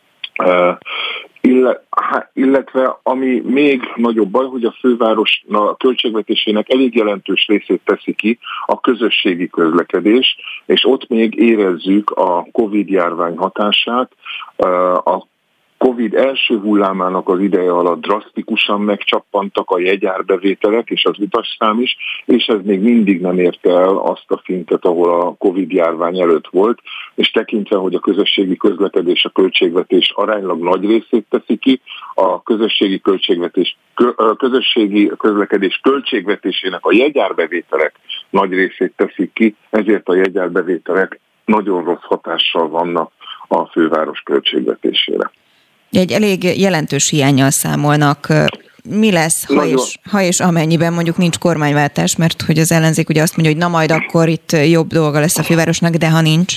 Illetve ami még nagyobb baj, hogy a főváros költségvetésének elég jelentős részét teszi ki a közösségi közlekedés, és ott még érezzük a Covid-járvány hatását. A Covid első hullámának az ideje alatt drasztikusan megcsappantak a jegyárbevételek és az utasszám is, és ez még mindig nem érte el azt a szintet, ahol a Covid-járvány előtt volt, és tekintve, hogy a közösségi közlekedés, a költségvetés aránylag nagy részét teszi ki, a közösségi közlekedés költségvetésének a jegyárbevételek nagy részét teszik ki, ezért a jegyárbevételek nagyon rossz hatással vannak a főváros költségvetésére. Egy elég jelentős hiánnyal számolnak. Mi lesz, ha és amennyiben mondjuk nincs kormányváltás, mert hogy az ellenzék ugye azt mondja, hogy na majd akkor itt jobb dolga lesz a fővárosnak, de ha nincs?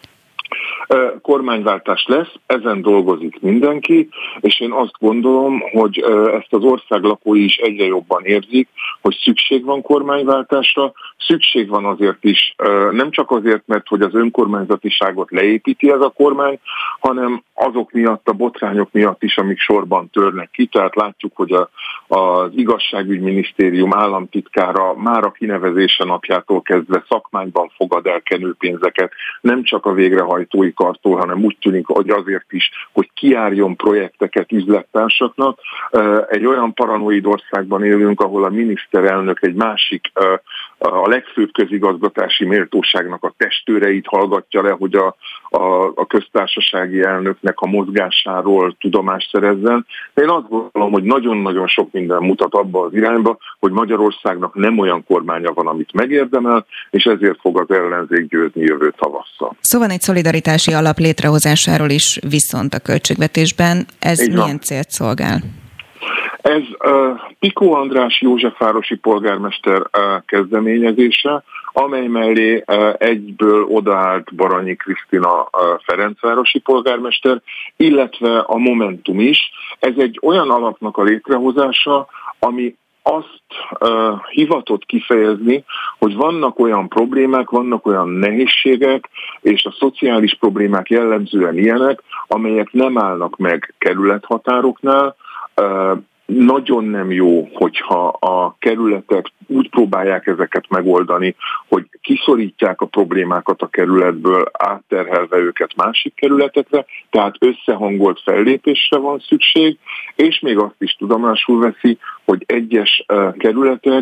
Kormányváltás lesz, ezen dolgozik mindenki, és én azt gondolom, hogy ezt az ország lakói is egyre jobban érzik, hogy szükség van kormánywáltásra, szükség van azért is, nem csak azért, mert hogy az önkormányzatiságot leépíti ez a kormány, hanem azok miatt, a botrányok miatt is, amik sorban törnek ki. Tehát látjuk, hogy az igazságügyminisztérium államtitkára már a kinevezése napjától kezdve szakmányban fogad el kenőpénzeket, nem csak a végrehajtói kartól, hanem úgy tűnik, hogy azért is, hogy kijárjon projekteket üzlettársaknak. Egy olyan paranoid országban élünk, ahol a miniszterelnök egy másik, a legfőbb közigazgatási méltóságnak a testőreit hallgatja le, hogy a köztársasági elnöknek a mozgásáról tudomást szerezzen. De én azt gondolom, hogy nagyon-nagyon sok minden mutat abba az irányba, hogy Magyarországnak nem olyan kormánya van, amit megérdemel, és ezért fog az ellenzék győzni jövő tavasszal. Szóval egy szolidaritási alap létrehozásáról is viszont a költségvetésben. Ez milyen célt szolgál? Ez Picó András józsefvárosi polgármester kezdeményezése, amely mellé egyből odaállt Baranyi Krisztina ferencvárosi polgármester, illetve a Momentum is. Ez egy olyan alapnak a létrehozása, ami azt hivatott kifejezni, hogy vannak olyan problémák, vannak olyan nehézségek, és a szociális problémák jellemzően ilyenek, amelyek nem állnak meg kerülethatároknál. Nagyon nem jó, hogyha a kerületek úgy próbálják ezeket megoldani, hogy kiszorítják a problémákat a kerületből, átterhelve őket másik kerületekre, tehát összehangolt fellépésre van szükség, és még azt is tudomásul veszi, hogy egyes kerületek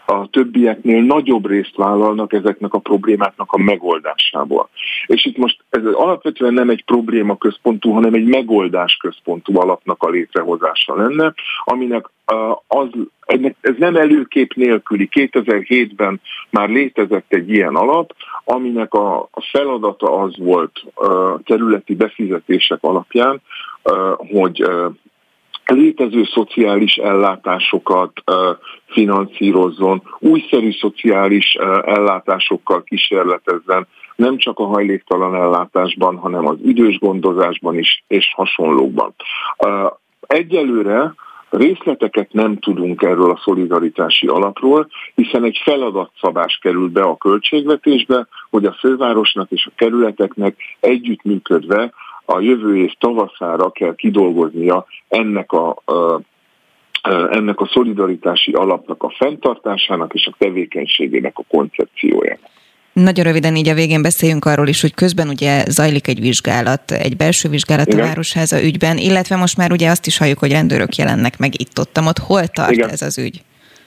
a többieknél nagyobb részt vállalnak ezeknek a problémáknak a megoldásából. És itt most ez alapvetően nem egy probléma központú, hanem egy megoldás központú alapnak a létrehozása lenne, aminek ez nem előkép nélküli. 2007-ben már létezett egy ilyen alap, aminek a feladata az volt területi befizetések alapján, hogy létező szociális ellátásokat finanszírozzon, újszerű szociális ellátásokkal kísérletezzen, nem csak a hajléktalan ellátásban, hanem az idős gondozásban is, és hasonlókban. Egyelőre részleteket nem tudunk erről a szolidaritási alapról, hiszen egy feladatszabás került be a költségvetésbe, hogy a fővárosnak és a kerületeknek együttműködve a jövő év tavaszára kell kidolgoznia ennek a szolidaritási alapnak a fenntartásának és a tevékenységének a koncepciójának. Nagyon röviden így a végén beszéljünk arról is, hogy közben ugye zajlik egy vizsgálat, egy belső vizsgálat a Városháza ügyben, illetve most már ugye azt is halljuk, hogy rendőrök jelennek meg itt-ott. Hol tart ez az ügy?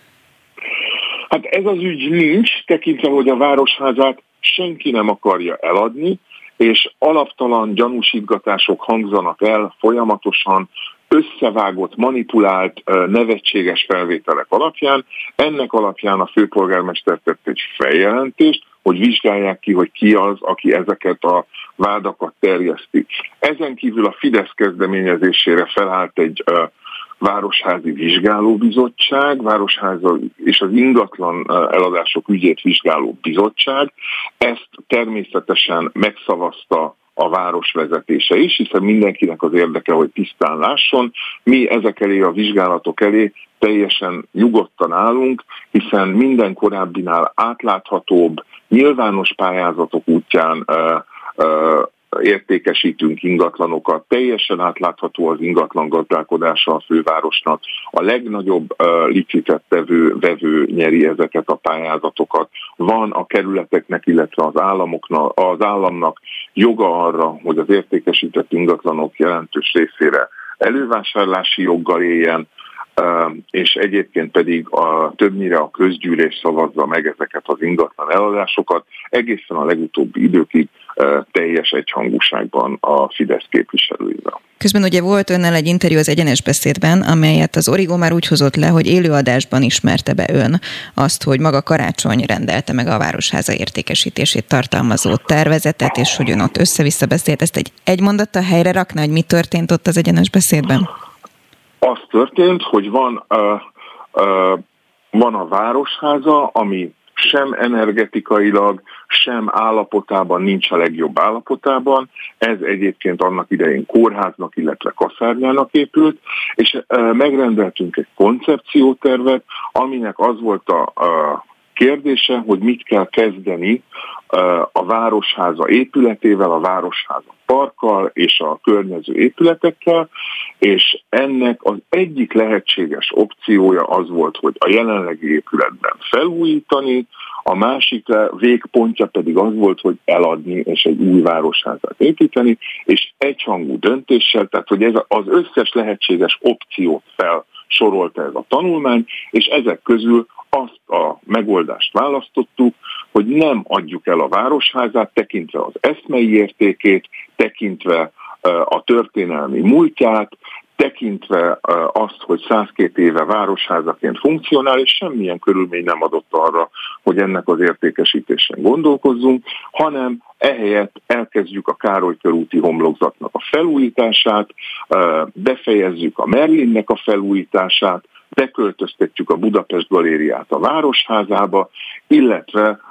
Hát ez az ügy nincs, tekintve, hogy a Városházát senki nem akarja eladni, és alaptalan gyanúsítgatások hangzanak el folyamatosan, összevágott, manipulált, nevetséges felvételek alapján. Ennek alapján a főpolgármester tett egy feljelentést, hogy vizsgálják ki, hogy ki az, aki ezeket a vádakat terjeszti. Ezen kívül a Fidesz kezdeményezésére felállt egy városházi vizsgálóbizottság, városháza és az ingatlan eladások ügyét vizsgáló bizottság. Ezt természetesen megszavazta a város vezetése is, hiszen mindenkinek az érdeke, hogy tisztán lásson. Mi ezek elé, a vizsgálatok elé teljesen nyugodtan állunk, hiszen minden korábbinál átláthatóbb, nyilvános pályázatok útján értékesítünk ingatlanokat, teljesen átlátható az ingatlan gazdálkodása a fővárosnak, a legnagyobb licitet vevő nyeri ezeket a pályázatokat. Van a kerületeknek, illetve az államnak joga arra, hogy az értékesített ingatlanok jelentős részére elővásárlási joggal éljen, és egyébként pedig többnyire a közgyűlés szavazza meg ezeket az ingatlan eladásokat, egészen a legutóbbi időkig teljes egyhangúságban a Fidesz képviselőivel. Közben ugye volt önnel egy interjú az Egyenes Beszédben, amelyet az Origo már úgy hozott le, hogy élőadásban ismerte be ön azt, hogy maga Karácsony rendelte meg a Városháza értékesítését tartalmazó tervezetet, és hogy ön ott össze-vissza beszélt. Ezt egy mondattal helyre rakna, hogy mi történt ott az Egyenes Beszédben? Az történt, hogy van a Városháza, ami sem energetikailag, sem állapotában nincs a legjobb állapotában. Ez egyébként annak idején kórháznak, illetve kaszárnyának épült, és megrendeltünk egy koncepciótervet, aminek az volt a kérdése, hogy mit kell kezdeni a Városháza épületével, a Városháza parkkal és a környező épületekkel, és ennek az egyik lehetséges opciója az volt, hogy a jelenlegi épületben felújítani, a másik végpontja pedig az volt, hogy eladni és egy új városházat építeni, és egyhangú döntéssel, tehát hogy ez az összes lehetséges opciót felsorolta ez a tanulmány, és ezek közül azt a megoldást választottuk, hogy nem adjuk el a Városházát, tekintve az eszmei értékét, tekintve a történelmi múltját, tekintve azt, hogy 102 éve városházaként funkcionál, és semmilyen körülmény nem adott arra, hogy ennek az értékesítésen gondolkozzunk, hanem ehelyett elkezdjük a Károly körúti homlokzatnak a felújítását, befejezzük a Merlinnek a felújítását, beköltöztetjük a Budapest Galériát a Városházába, illetve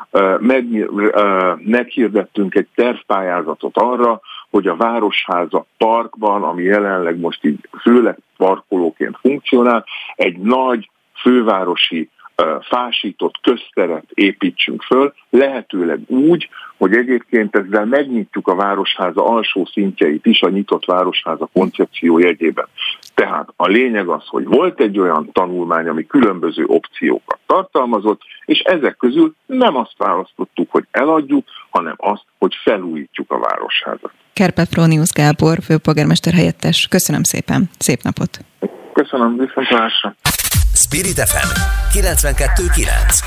meghirdettünk egy tervpályázatot arra, hogy a Városháza parkban, ami jelenleg most így főleg parkolóként funkcionál, egy nagy fővárosi fásított közteret építsünk föl, lehetőleg úgy, hogy egyébként ezzel megnyitjuk a Városháza alsó szintjeit is a nyitott Városháza koncepció jegyében. Tehát a lényeg az, hogy volt egy olyan tanulmány, ami különböző opciókat tartalmazott, és ezek közül nem azt választottuk, hogy eladjuk, hanem azt, hogy felújítjuk a Városházat. Kerpel-Frónius Gábor, főpolgármester helyettes. Köszönöm szépen. Szép napot. Köszönöm, viszontlátásra. Spirit FM 92.9.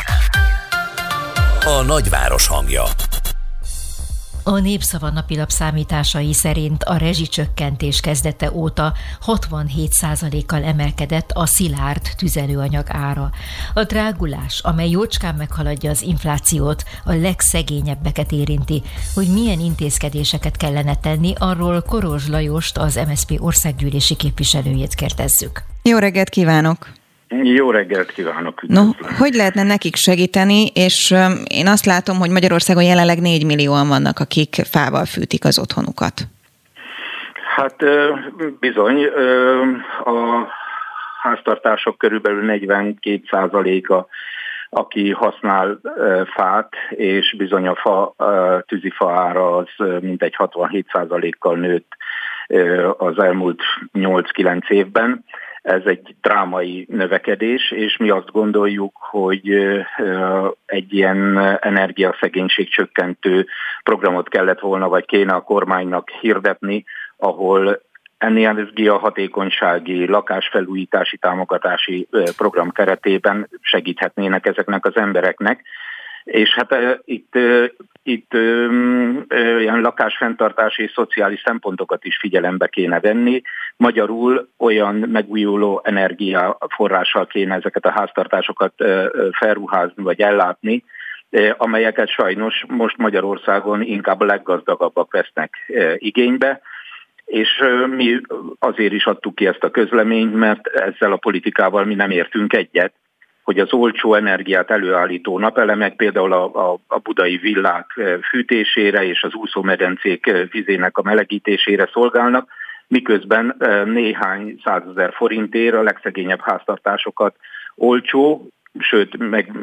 A nagyváros hangja. A Népszava napilap számításai szerint a rezsicsökkentés kezdete óta 67%-kal emelkedett a szilárd tüzelőanyag ára. A drágulás, amely jócskán meghaladja az inflációt, a legszegényebbeket érinti. Hogy milyen intézkedéseket kellene tenni, arról Korozs Lajost, az MSZP országgyűlési képviselőjét kérdezzük. Jó reggelt kívánok! Jó reggelt kívánok! No, hogy lehetne nekik segíteni, és én azt látom, hogy Magyarországon jelenleg 4 millióan vannak, akik fával fűtik az otthonukat. Hát bizony, a háztartások körülbelül 42%-a, aki használ fát, és bizony a tűzifa ára az mintegy 67%-kal nőtt az elmúlt 8-9 évben. Ez egy drámai növekedés, és mi azt gondoljuk, hogy egy ilyen energiaszegénység csökkentő programot kellett volna, vagy kéne a kormánynak hirdetni, ahol energiahatékonysági, lakásfelújítási támogatási program keretében segíthetnének ezeknek az embereknek. És hát itt ilyen lakásfenntartási és szociális szempontokat is figyelembe kéne venni. Magyarul olyan megújuló energiaforrással kéne ezeket a háztartásokat felruházni vagy ellátni, amelyeket sajnos most Magyarországon inkább a leggazdagabbak vesznek igénybe. És mi azért is adtuk ki ezt a közleményt, mert ezzel a politikával mi nem értünk egyet, hogy az olcsó energiát előállító napelemek például a budai villák fűtésére és az úszómedencék vizének a melegítésére szolgálnak, miközben néhány 100 000 forintért a legszegényebb háztartásokat olcsó, sőt,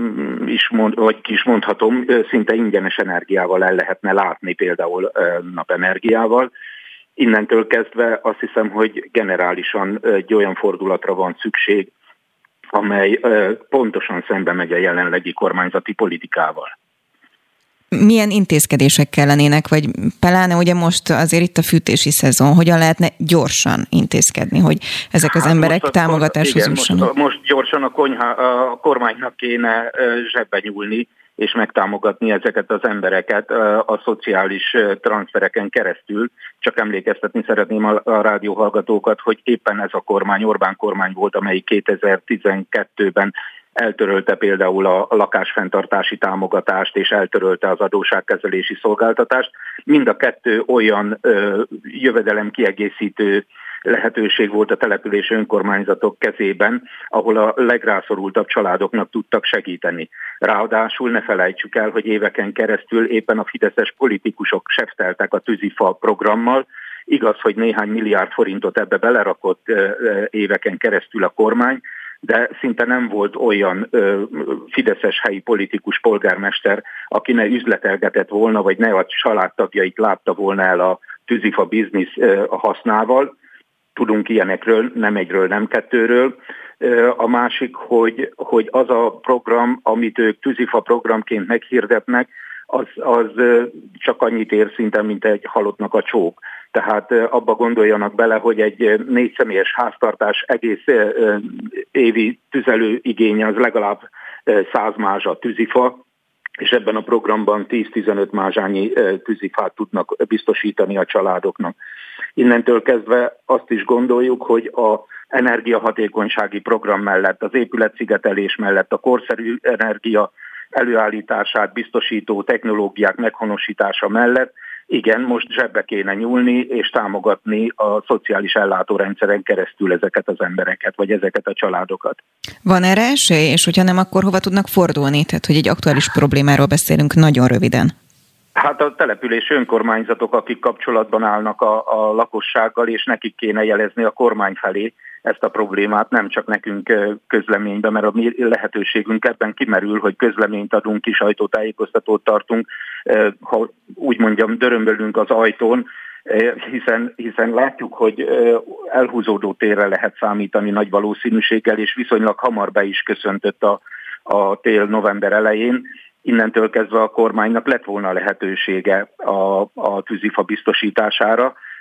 vagy ki is mondhatom, szinte ingyenes energiával el lehetne látni, például napenergiával. Innentől kezdve azt hiszem, hogy generálisan egy olyan fordulatra van szükség, amely pontosan szembe megy a jelenlegi kormányzati politikával. Milyen intézkedések kellenének, vagy pláne ugye most azért itt a fűtési szezon, hogyan lehetne gyorsan intézkedni, hogy ezek az emberek támogatáshoz jussanak? Most gyorsan a kormánynak kéne zsebbe nyúlni, és megtámogatni ezeket az embereket a szociális transzfereken keresztül. Csak emlékeztetni szeretném a rádióhallgatókat, hogy éppen ez a kormány, Orbán kormány volt, amelyik 2012-ben eltörölte például a lakásfenntartási támogatást, és eltörölte az adósságkezelési szolgáltatást. Mind a kettő olyan jövedelemkiegészítő lehetőség volt a települési önkormányzatok kezében, ahol a legrászorultabb családoknak tudtak segíteni. Ráadásul ne felejtsük el, hogy éveken keresztül éppen a fideszes politikusok sefteltek a tűzifa programmal. Igaz, hogy néhány milliárd forintot ebbe belerakott éveken keresztül a kormány, de szinte nem volt olyan fideszes helyi politikus polgármester, aki ne üzletelgetett volna, vagy ne a családtagjait látta volna el a tűzifa biznisz hasznával. Tudunk ilyenekről, nem egyről, nem kettőről. A másik, hogy az a program, amit ők tűzifa programként meghirdetnek, az csak annyit ér szinte, mint egy halottnak a csók. Tehát abba gondoljanak bele, hogy egy 4 személyes háztartás egész évi tüzelőigénye az legalább 100 mázsa tűzifa, és ebben a programban 10-15 mázsányi tűzifát tudnak biztosítani a családoknak. Innentől kezdve azt is gondoljuk, hogy a energiahatékonysági program mellett, az épületszigetelés mellett, a korszerű energia előállítását biztosító technológiák meghonosítása mellett, igen, most zsebbe kéne nyúlni és támogatni a szociális ellátórendszeren keresztül ezeket az embereket, vagy ezeket a családokat. Van erre esély, és hogyha nem, akkor hova tudnak fordulni? Tehát, hogy egy aktuális problémáról beszélünk nagyon röviden. Hát a települési önkormányzatok, akik kapcsolatban állnak a lakossággal, és nekik kéne jelezni a kormány felé ezt a problémát, nem csak nekünk közleményben, mert a mi lehetőségünk ebben kimerül, hogy közleményt adunk ki, sajtótájékoztatót tartunk, ha úgy mondjam, dörömbölünk az ajtón, hiszen látjuk, hogy elhúzódó térre lehet számítani nagy valószínűséggel, és viszonylag hamar be is köszöntött a tél november elején. Innentől kezdve a kormánynak lett volna lehetősége a tűzifa biztosítására,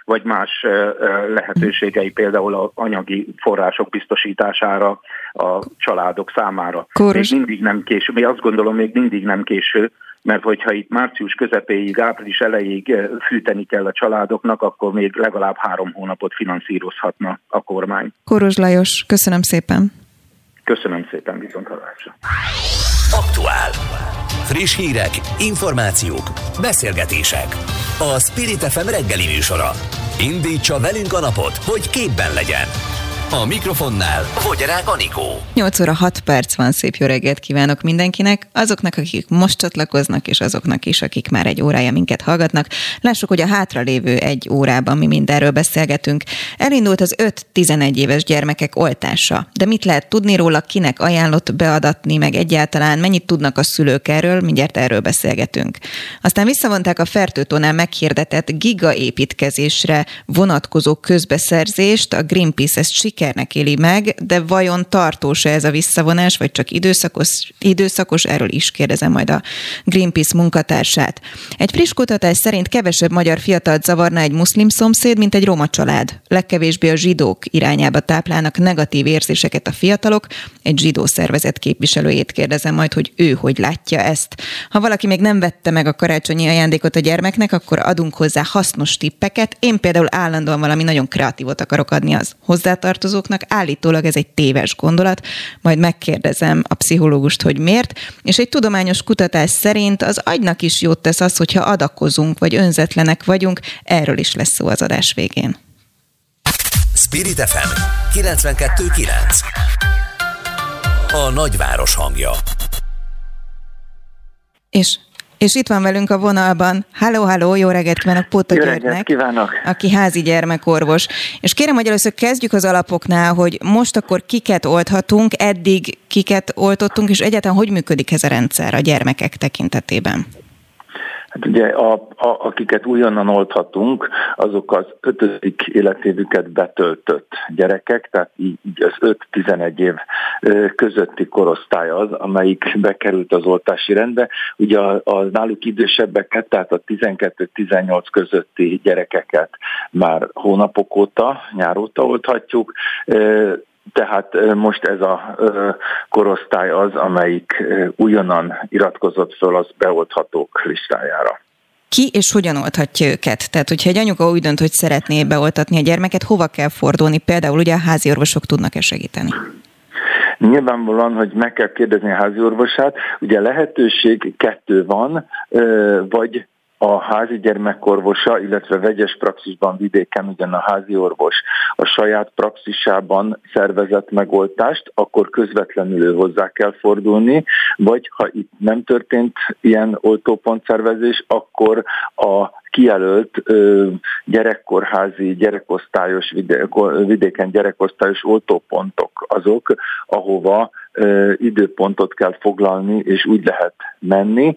vagy más lehetőségei, például az anyagi források biztosítására a családok számára. Még mindig nem késő, én azt gondolom, még mindig nem késő, mert hogyha itt március közepéig, április elejéig fűteni kell a családoknak, akkor még legalább 3 hónapot finanszírozhatna a kormány. Kóros Lajos, köszönöm szépen. Köszönöm szépen, viszonthallásra. Aktuál. Friss hírek, információk, beszélgetések. A Spirit FM reggeli műsora. Indítsa velünk a napot, hogy képben legyen. A mikrofonnál Vogyarák Anikó. 8 óra 6 perc van, szép jó reggelt kívánok mindenkinek, azoknak, akik most csatlakoznak, és azoknak is, akik már egy órája minket hallgatnak. Lássuk, hogy a hátralévő egy órában mi mindenről beszélgetünk. Elindult az 5-11 éves gyermekek oltása. De mit lehet tudni róla, kinek ajánlott beadatni, meg egyáltalán mennyit tudnak a szülők erről, mindjárt erről beszélgetünk. Aztán visszavonták a Fertőtónál meghirdetett gigaépítkezésre vonatkozó közbeszerzést, a Greenpeace ezt sikernek éli meg, de vajon tartós-e ez a visszavonás, vagy csak időszakos? Erről is kérdezem majd a Greenpeace munkatársát. Egy friss kutatás szerint kevesebb magyar fiatalt zavarna egy muszlim szomszéd, mint egy roma család. Legkevésbé a zsidók irányába táplálnak negatív érzéseket a fiatalok. Egy zsidó szervezet képviselőjét kérdezem majd, hogy ő hogy látja ezt. Ha valaki még nem vette meg a karácsonyi ajándékot a gyermeknek, akkor adunk hozzá hasznos tippeket. Én például állandóan valami nagyon kreatívot akarok adni az hozzátartozóknak. Állítólag ez egy téves gondolat, majd megkérdezem a pszichológust, hogy miért, és egy tudományos kutatás szerint az agynak is jót tesz az, hogyha adakozunk, vagy önzetlenek vagyunk, erről is lesz szó az adás végén. Spirit FM 92.9. A nagyváros hangja. És itt van velünk a vonalban. Halló, jó reggelt kívánok Póta Györgynek, aki házi gyermekorvos. És kérem, hogy először kezdjük az alapoknál, hogy most akkor kiket olthatunk, eddig kiket oltottunk, és egyáltalán hogy működik ez a rendszer a gyermekek tekintetében? Hát ugye akiket újonnan olthatunk, azok az 5. életévüket betöltött gyerekek, tehát így az 5-11 év közötti korosztály az, amelyik bekerült az oltási rendbe. Ugye az náluk idősebbeket, tehát a 12-18 közötti gyerekeket már hónapok óta, nyár óta olthatjuk, tehát most ez a korosztály az, amelyik újonnan iratkozott föl az beolthatók listájára. Ki és hogyan olthatja őket? Tehát, hogyha egy anyuka úgy dönt, hogy szeretné beoltatni a gyermeket, hova kell fordulni? Például ugye a házi orvosok tudnak-e segíteni? Nyilvánvalóan, hogy meg kell kérdezni a házi orvosát. Ugye lehetőség 2 van, vagy a házi gyermekorvosa, illetve vegyes praxisban vidéken ugyan a házi orvos a saját praxisában szervezett megoltást, akkor közvetlenül hozzá kell fordulni, vagy ha itt nem történt ilyen oltópontszervezés, akkor a kijelölt gyerekkórházi, gyerekosztályos, vidéken gyerekosztályos oltópontok azok, ahova időpontot kell foglalni, és úgy lehet menni.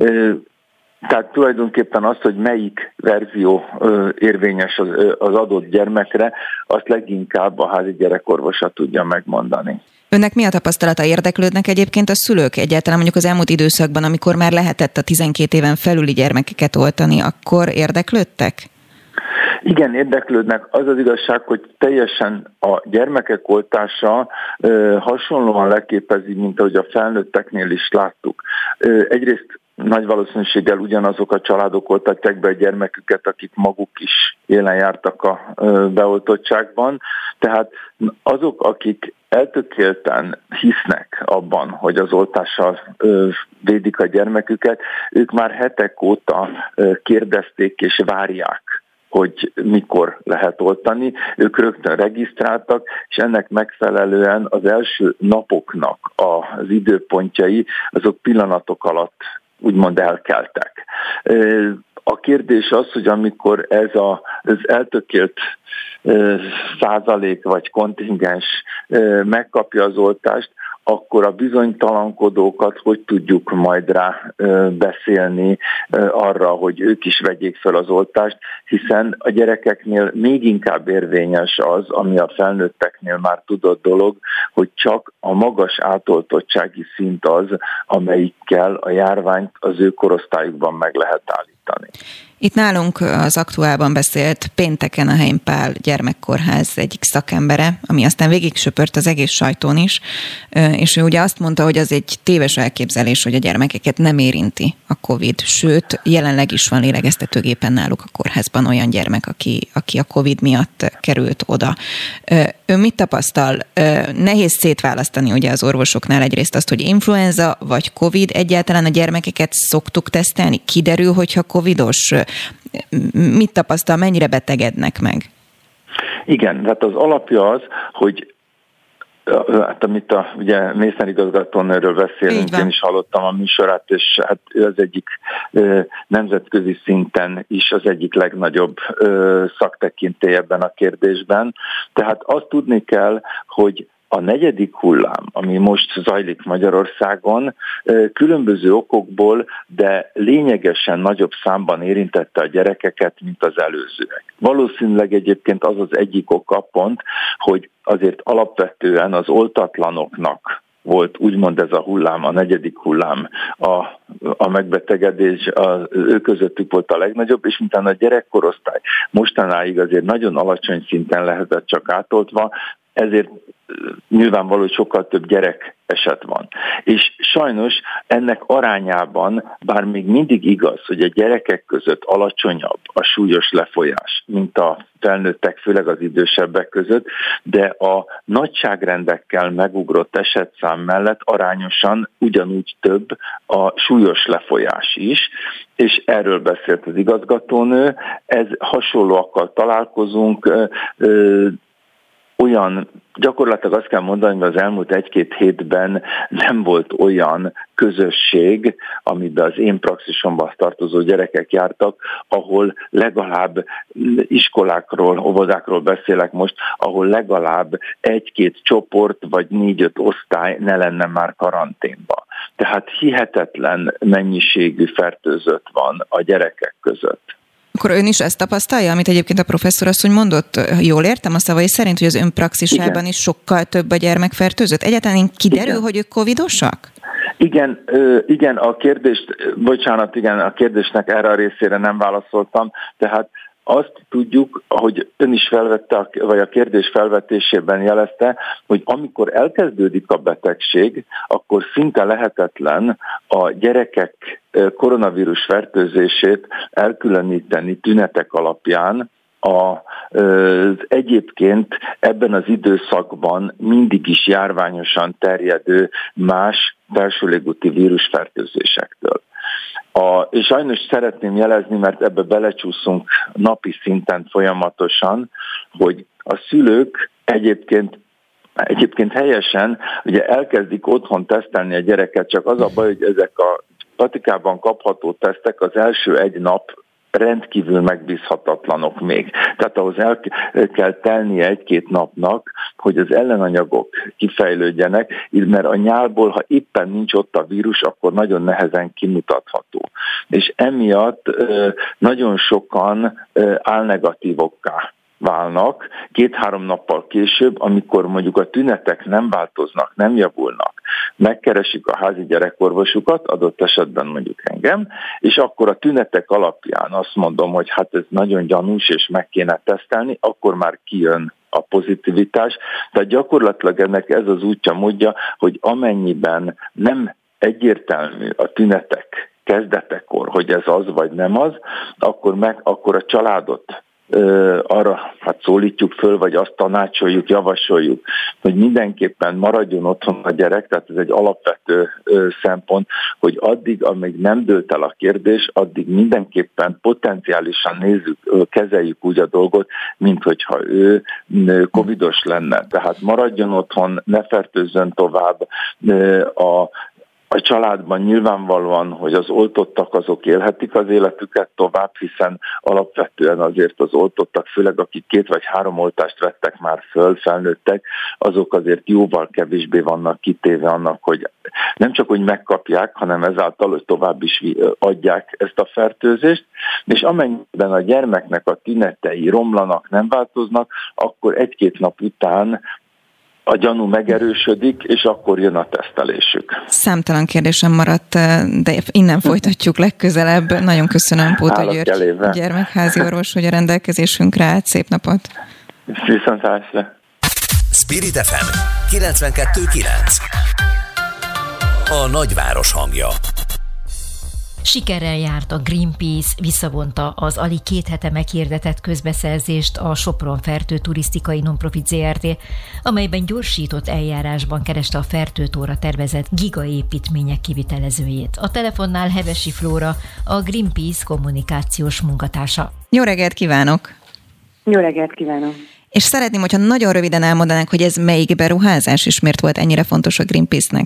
Tehát tulajdonképpen az, hogy melyik verzió érvényes az adott gyermekre, azt leginkább a házi gyerekorvosa tudja megmondani. Önnek mi a tapasztalata? Érdeklődnek egyébként a szülők egyáltalán mondjuk az elmúlt időszakban, amikor már lehetett a 12 éven felüli gyermekeket oltani, akkor érdeklődtek? Igen, érdeklődnek. Az az igazság, hogy teljesen a gyermekek oltása hasonlóan leképezi, mint ahogy a felnőtteknél is láttuk. Egyrészt nagy valószínűséggel ugyanazok a családok oltatják be a gyermeküket, akik maguk is élen jártak a beoltottságban. Tehát azok, akik eltökélten hisznek abban, hogy az oltással védik a gyermeküket, ők már hetek óta kérdezték és várják, hogy mikor lehet oltani. Ők rögtön regisztráltak, és ennek megfelelően az első napoknak az időpontjai, azok pillanatok alatt úgymond elkeltek. A kérdés az, hogy amikor ez az eltökélt százalék vagy kontingens megkapja az oltást, akkor a bizonytalankodókat hogy tudjuk majd rá beszélni arra, hogy ők is vegyék fel az oltást, hiszen a gyerekeknél még inkább érvényes az, ami a felnőtteknél már tudott dolog, hogy csak a magas átoltottsági szint az, amelyikkel a járványt az ő korosztályukban meg lehet állítani. Itt nálunk az Aktuálban beszélt pénteken a Heim Pál gyermekkórház egyik szakembere, ami aztán végig söpört az egész sajtón is, és ő ugye azt mondta, hogy az egy téves elképzelés, hogy a gyermekeket nem érinti a Covid, sőt, jelenleg is van lélegeztetőgépen náluk a kórházban olyan gyermek, aki a Covid miatt került oda. Ő mit tapasztal? Nehéz szétválasztani ugye az orvosoknál egyrészt azt, hogy influenza vagy Covid, egyáltalán a gyermekeket szoktuk tesztelni? Kiderül, hogyha covidos? Mit tapasztal, mennyire betegednek meg? Igen, tehát az alapja az, hogy hát amit ugye Mészner igazgatónőről beszélünk, én is hallottam a műsorát, és hát ő az egyik nemzetközi szinten is az egyik legnagyobb szaktekintély ebben a kérdésben. Tehát azt tudni kell, hogy a 4. hullám, ami most zajlik Magyarországon, különböző okokból, de lényegesen nagyobb számban érintette a gyerekeket, mint az előzőek. Valószínűleg egyébként az az egyik oka pont, hogy azért alapvetően az oltatlanoknak volt úgymond ez a hullám, a 4. hullám, a megbetegedés, ő közöttük volt a legnagyobb, és mintán a gyerekkorosztály mostanáig azért nagyon alacsony szinten lehetett csak átoltva, ezért nyilvánvaló, hogy sokkal több gyerek eset van. És sajnos ennek arányában, bár még mindig igaz, hogy a gyerekek között alacsonyabb a súlyos lefolyás, mint a felnőttek, főleg az idősebbek között, de a nagyságrendekkel megugrott esetszám mellett arányosan ugyanúgy több a súlyos lefolyás is, és erről beszélt az igazgatónő. Ez hasonlóakkal találkozunk, olyan, gyakorlatilag azt kell mondani, hogy az elmúlt 1-2 hétben nem volt olyan közösség, amiben az én praxisomban tartozó gyerekek jártak, ahol legalább iskolákról, óvodákról beszélek most, ahol legalább 1-2 csoport vagy 4-5 osztály ne lenne már karanténba. Tehát hihetetlen mennyiségű fertőzött van a gyerekek között. Akkor ön is ezt tapasztalja, amit egyébként a professzor asszony mondott? Jól értem a szavai szerint, hogy az ön praxisában is sokkal több a gyermekfertőzött? Egyáltalán kiderül, hogy ők covidosak? Igen, a kérdésnek erre a részére nem válaszoltam, tehát azt tudjuk, hogy ön is felvette, vagy a kérdés felvetésében jelezte, hogy amikor elkezdődik a betegség, akkor szinte lehetetlen a gyerekek koronavírus fertőzését elkülöníteni tünetek alapján az egyébként ebben az időszakban mindig is járványosan terjedő más belső légúti vírusfertőzésektől. És sajnos szeretném jelezni, mert ebbe belecsúszunk napi szinten folyamatosan, hogy a szülők egyébként helyesen ugye elkezdik otthon tesztelni a gyereket, csak az a baj, hogy ezek a patikában kapható tesztek az első 1 nap rendkívül megbízhatatlanok még. Tehát ahhoz el kell telnie 1-2 napnak, hogy az ellenanyagok kifejlődjenek, mert a nyálból, ha éppen nincs ott a vírus, akkor nagyon nehezen kimutatható. És emiatt nagyon sokan álnegatívokká válnak 2-3 nappal később, amikor mondjuk a tünetek nem változnak, nem javulnak. Megkeresik a házi gyerekorvosukat, adott esetben mondjuk engem, és akkor a tünetek alapján azt mondom, hogy hát ez nagyon gyanús, és meg kéne tesztelni, akkor már kijön a pozitivitás. Tehát gyakorlatilag ennek ez az útja, módja, hogy amennyiben nem egyértelmű a tünetek kezdetekor, hogy ez az vagy nem az, akkor a családot arra szólítjuk föl, vagy azt tanácsoljuk, javasoljuk, hogy mindenképpen maradjon otthon a gyerek, tehát ez egy alapvető szempont, hogy addig, amíg nem dőlt el a kérdés, addig mindenképpen potenciálisan kezeljük úgy a dolgot, mint hogyha ő covidos lenne. Tehát maradjon otthon, ne fertőzzön tovább, a családban nyilvánvalóan, hogy az oltottak azok élhetik az életüket tovább, hiszen alapvetően azért az oltottak, főleg akik 2 vagy 3 oltást vettek már föl, felnőttek, azok azért jóval kevésbé vannak kitéve annak, hogy nem csak, hogy megkapják, hanem ezáltal, hogy tovább is adják ezt a fertőzést, és amennyiben a gyermeknek a tünetei romlanak, nem változnak, akkor 1-2 nap után a gyanú megerősödik, és akkor jön a tesztelésük. Számtalan kérdésem maradt, de innen folytatjuk legközelebb. Nagyon köszönöm, Póta György gyermekházi orvos, hogy a rendelkezésünkre állt. Szép napot! Viszontlátásra! Spirit FM 92.9. A nagyváros hangja. Sikerrel járt a Greenpeace, visszavonta az alig 2 hete meghirdetett közbeszerzést a Sopron-Fertő Turisztikai Nonprofit Zrt., amelyben gyorsított eljárásban kereste a Fertőtóra tervezett gigaépítmények kivitelezőjét. A telefonnál Hevesi Flóra, a Greenpeace kommunikációs munkatársa. Jó reggelt kívánok! Jó reggelt kívánok! És szeretném, hogyha nagyon röviden elmondanánk, hogy ez melyik beruházás, és miért volt ennyire fontos a Greenpeace-nek?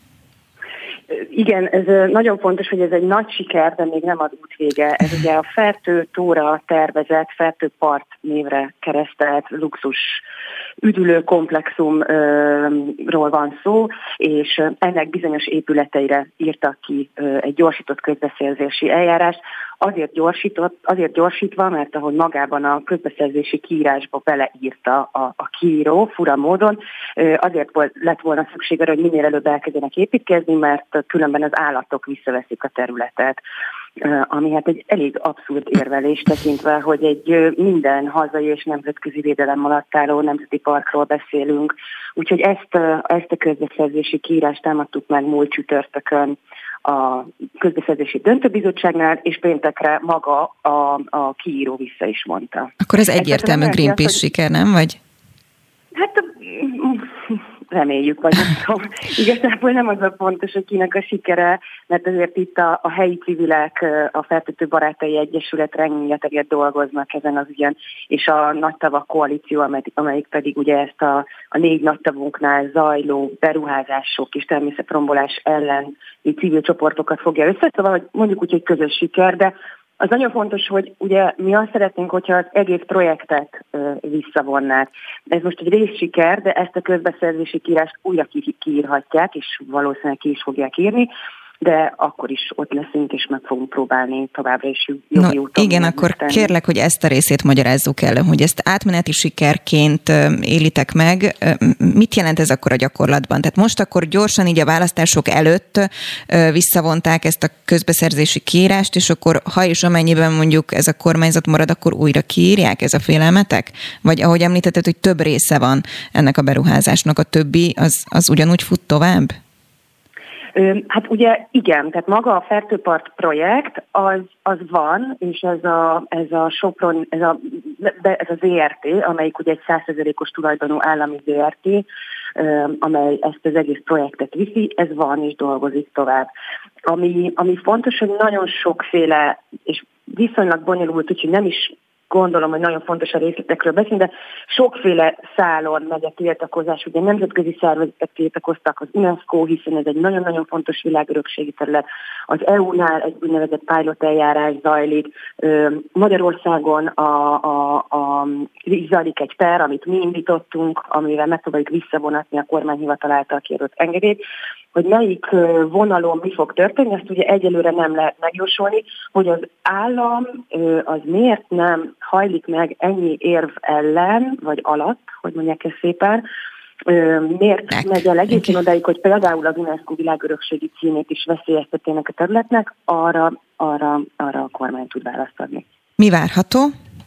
Igen, ez nagyon fontos, hogy ez egy nagy siker, de még nem az út vége. Ez ugye a Fertőtóra tervezett, Fertőpart névre keresztelt luxus üdülő komplexumról van szó, és ennek bizonyos épületeire írtak ki egy gyorsított közbeszerzési eljárást. Azért gyorsítva, mert ahogy magában a közbeszerzési kiírásba beleírta a kiíró fura módon, azért lett volna szükség arra, hogy minél előbb elkezdjenek építkezni, mert különben az állatok visszaveszik a területet. Ami hát egy elég abszurd érvelés tekintve, hogy egy minden hazai és nemzetközi védelem alatt álló nemzeti parkról beszélünk. Úgyhogy ezt a közbeszerzési kiírást támadtuk meg múlt csütörtökön a közbeszerzési döntőbizottságnál, és péntekre maga a kiíró vissza is mondta. Akkor ez egyértelmű Greenpeace siker, nem? Vagy? Hát reméljük, vagy nem tudom. Igazából nem az a fontos, hogy kinek a sikere, mert azért itt a helyi civilek, a Fertőtő Barátai Egyesület rengeteget dolgoznak ezen az ügyen, és a Nagytavak koalíció, amelyik pedig ugye ezt a 4 nagytavunknál zajló beruházások és természetrombolás ellen civil csoportokat fogja össze, szóval hogy mondjuk úgy, hogy közös siker, de az nagyon fontos, hogy ugye mi azt szeretnénk, hogyha az egész projektet visszavonnák. Ez most egy részsiker, de ezt a közbeszerzési kiírást újra kiírhatják, és valószínűleg ki is fogják írni, de akkor is ott leszünk, és meg fogunk próbálni továbbra is jogi úton. Igen, akkor kérlek, hogy ezt a részét magyarázzuk el, hogy ezt átmeneti sikerként élitek meg. Mit jelent ez akkor a gyakorlatban? Tehát most akkor gyorsan így a választások előtt visszavonták ezt a közbeszerzési kiírást, és akkor ha és amennyiben mondjuk ez a kormányzat marad, akkor újra kiírják, ez a félelmetek? Vagy ahogy említetted, hogy több része van ennek a beruházásnak, a többi az ugyanúgy fut tovább? Hát ugye igen, tehát maga a Fertőpart projekt az van, és ez a Sopron, ez a ZRT, amelyik ugye egy 100%-os tulajdonú állami ZRT, amely ezt az egész projektet viszi, ez van és dolgozik tovább. Ami fontos, hogy nagyon sokféle, és viszonylag bonyolult, úgyhogy nem is gondolom, hogy nagyon fontos a részletekről beszélni, de sokféle szálon megy a tiltakozás. Ugye nemzetközi szervezetek tiltakoztak, az UNESCO, hiszen ez egy nagyon-nagyon fontos világörökségi terület. Az EU-nál egy úgynevezett pilot eljárás zajlik. Magyarországon zajlik egy per, amit mi indítottunk, amivel megpróbáljuk visszavonatni a kormányhivatal által kiadott engedélyt. Hogy melyik vonalon mi fog történni, azt ugye egyelőre nem lehet megjósolni, hogy az állam az miért nem hajlik meg ennyi érv ellen, vagy alatt, hogy mondják ezt szépen, miért megy el egészen odáig, hogy például az UNESCO világörökségi címét is veszélyeztetének a területnek, arra a kormány tud választ adni. Mi várható?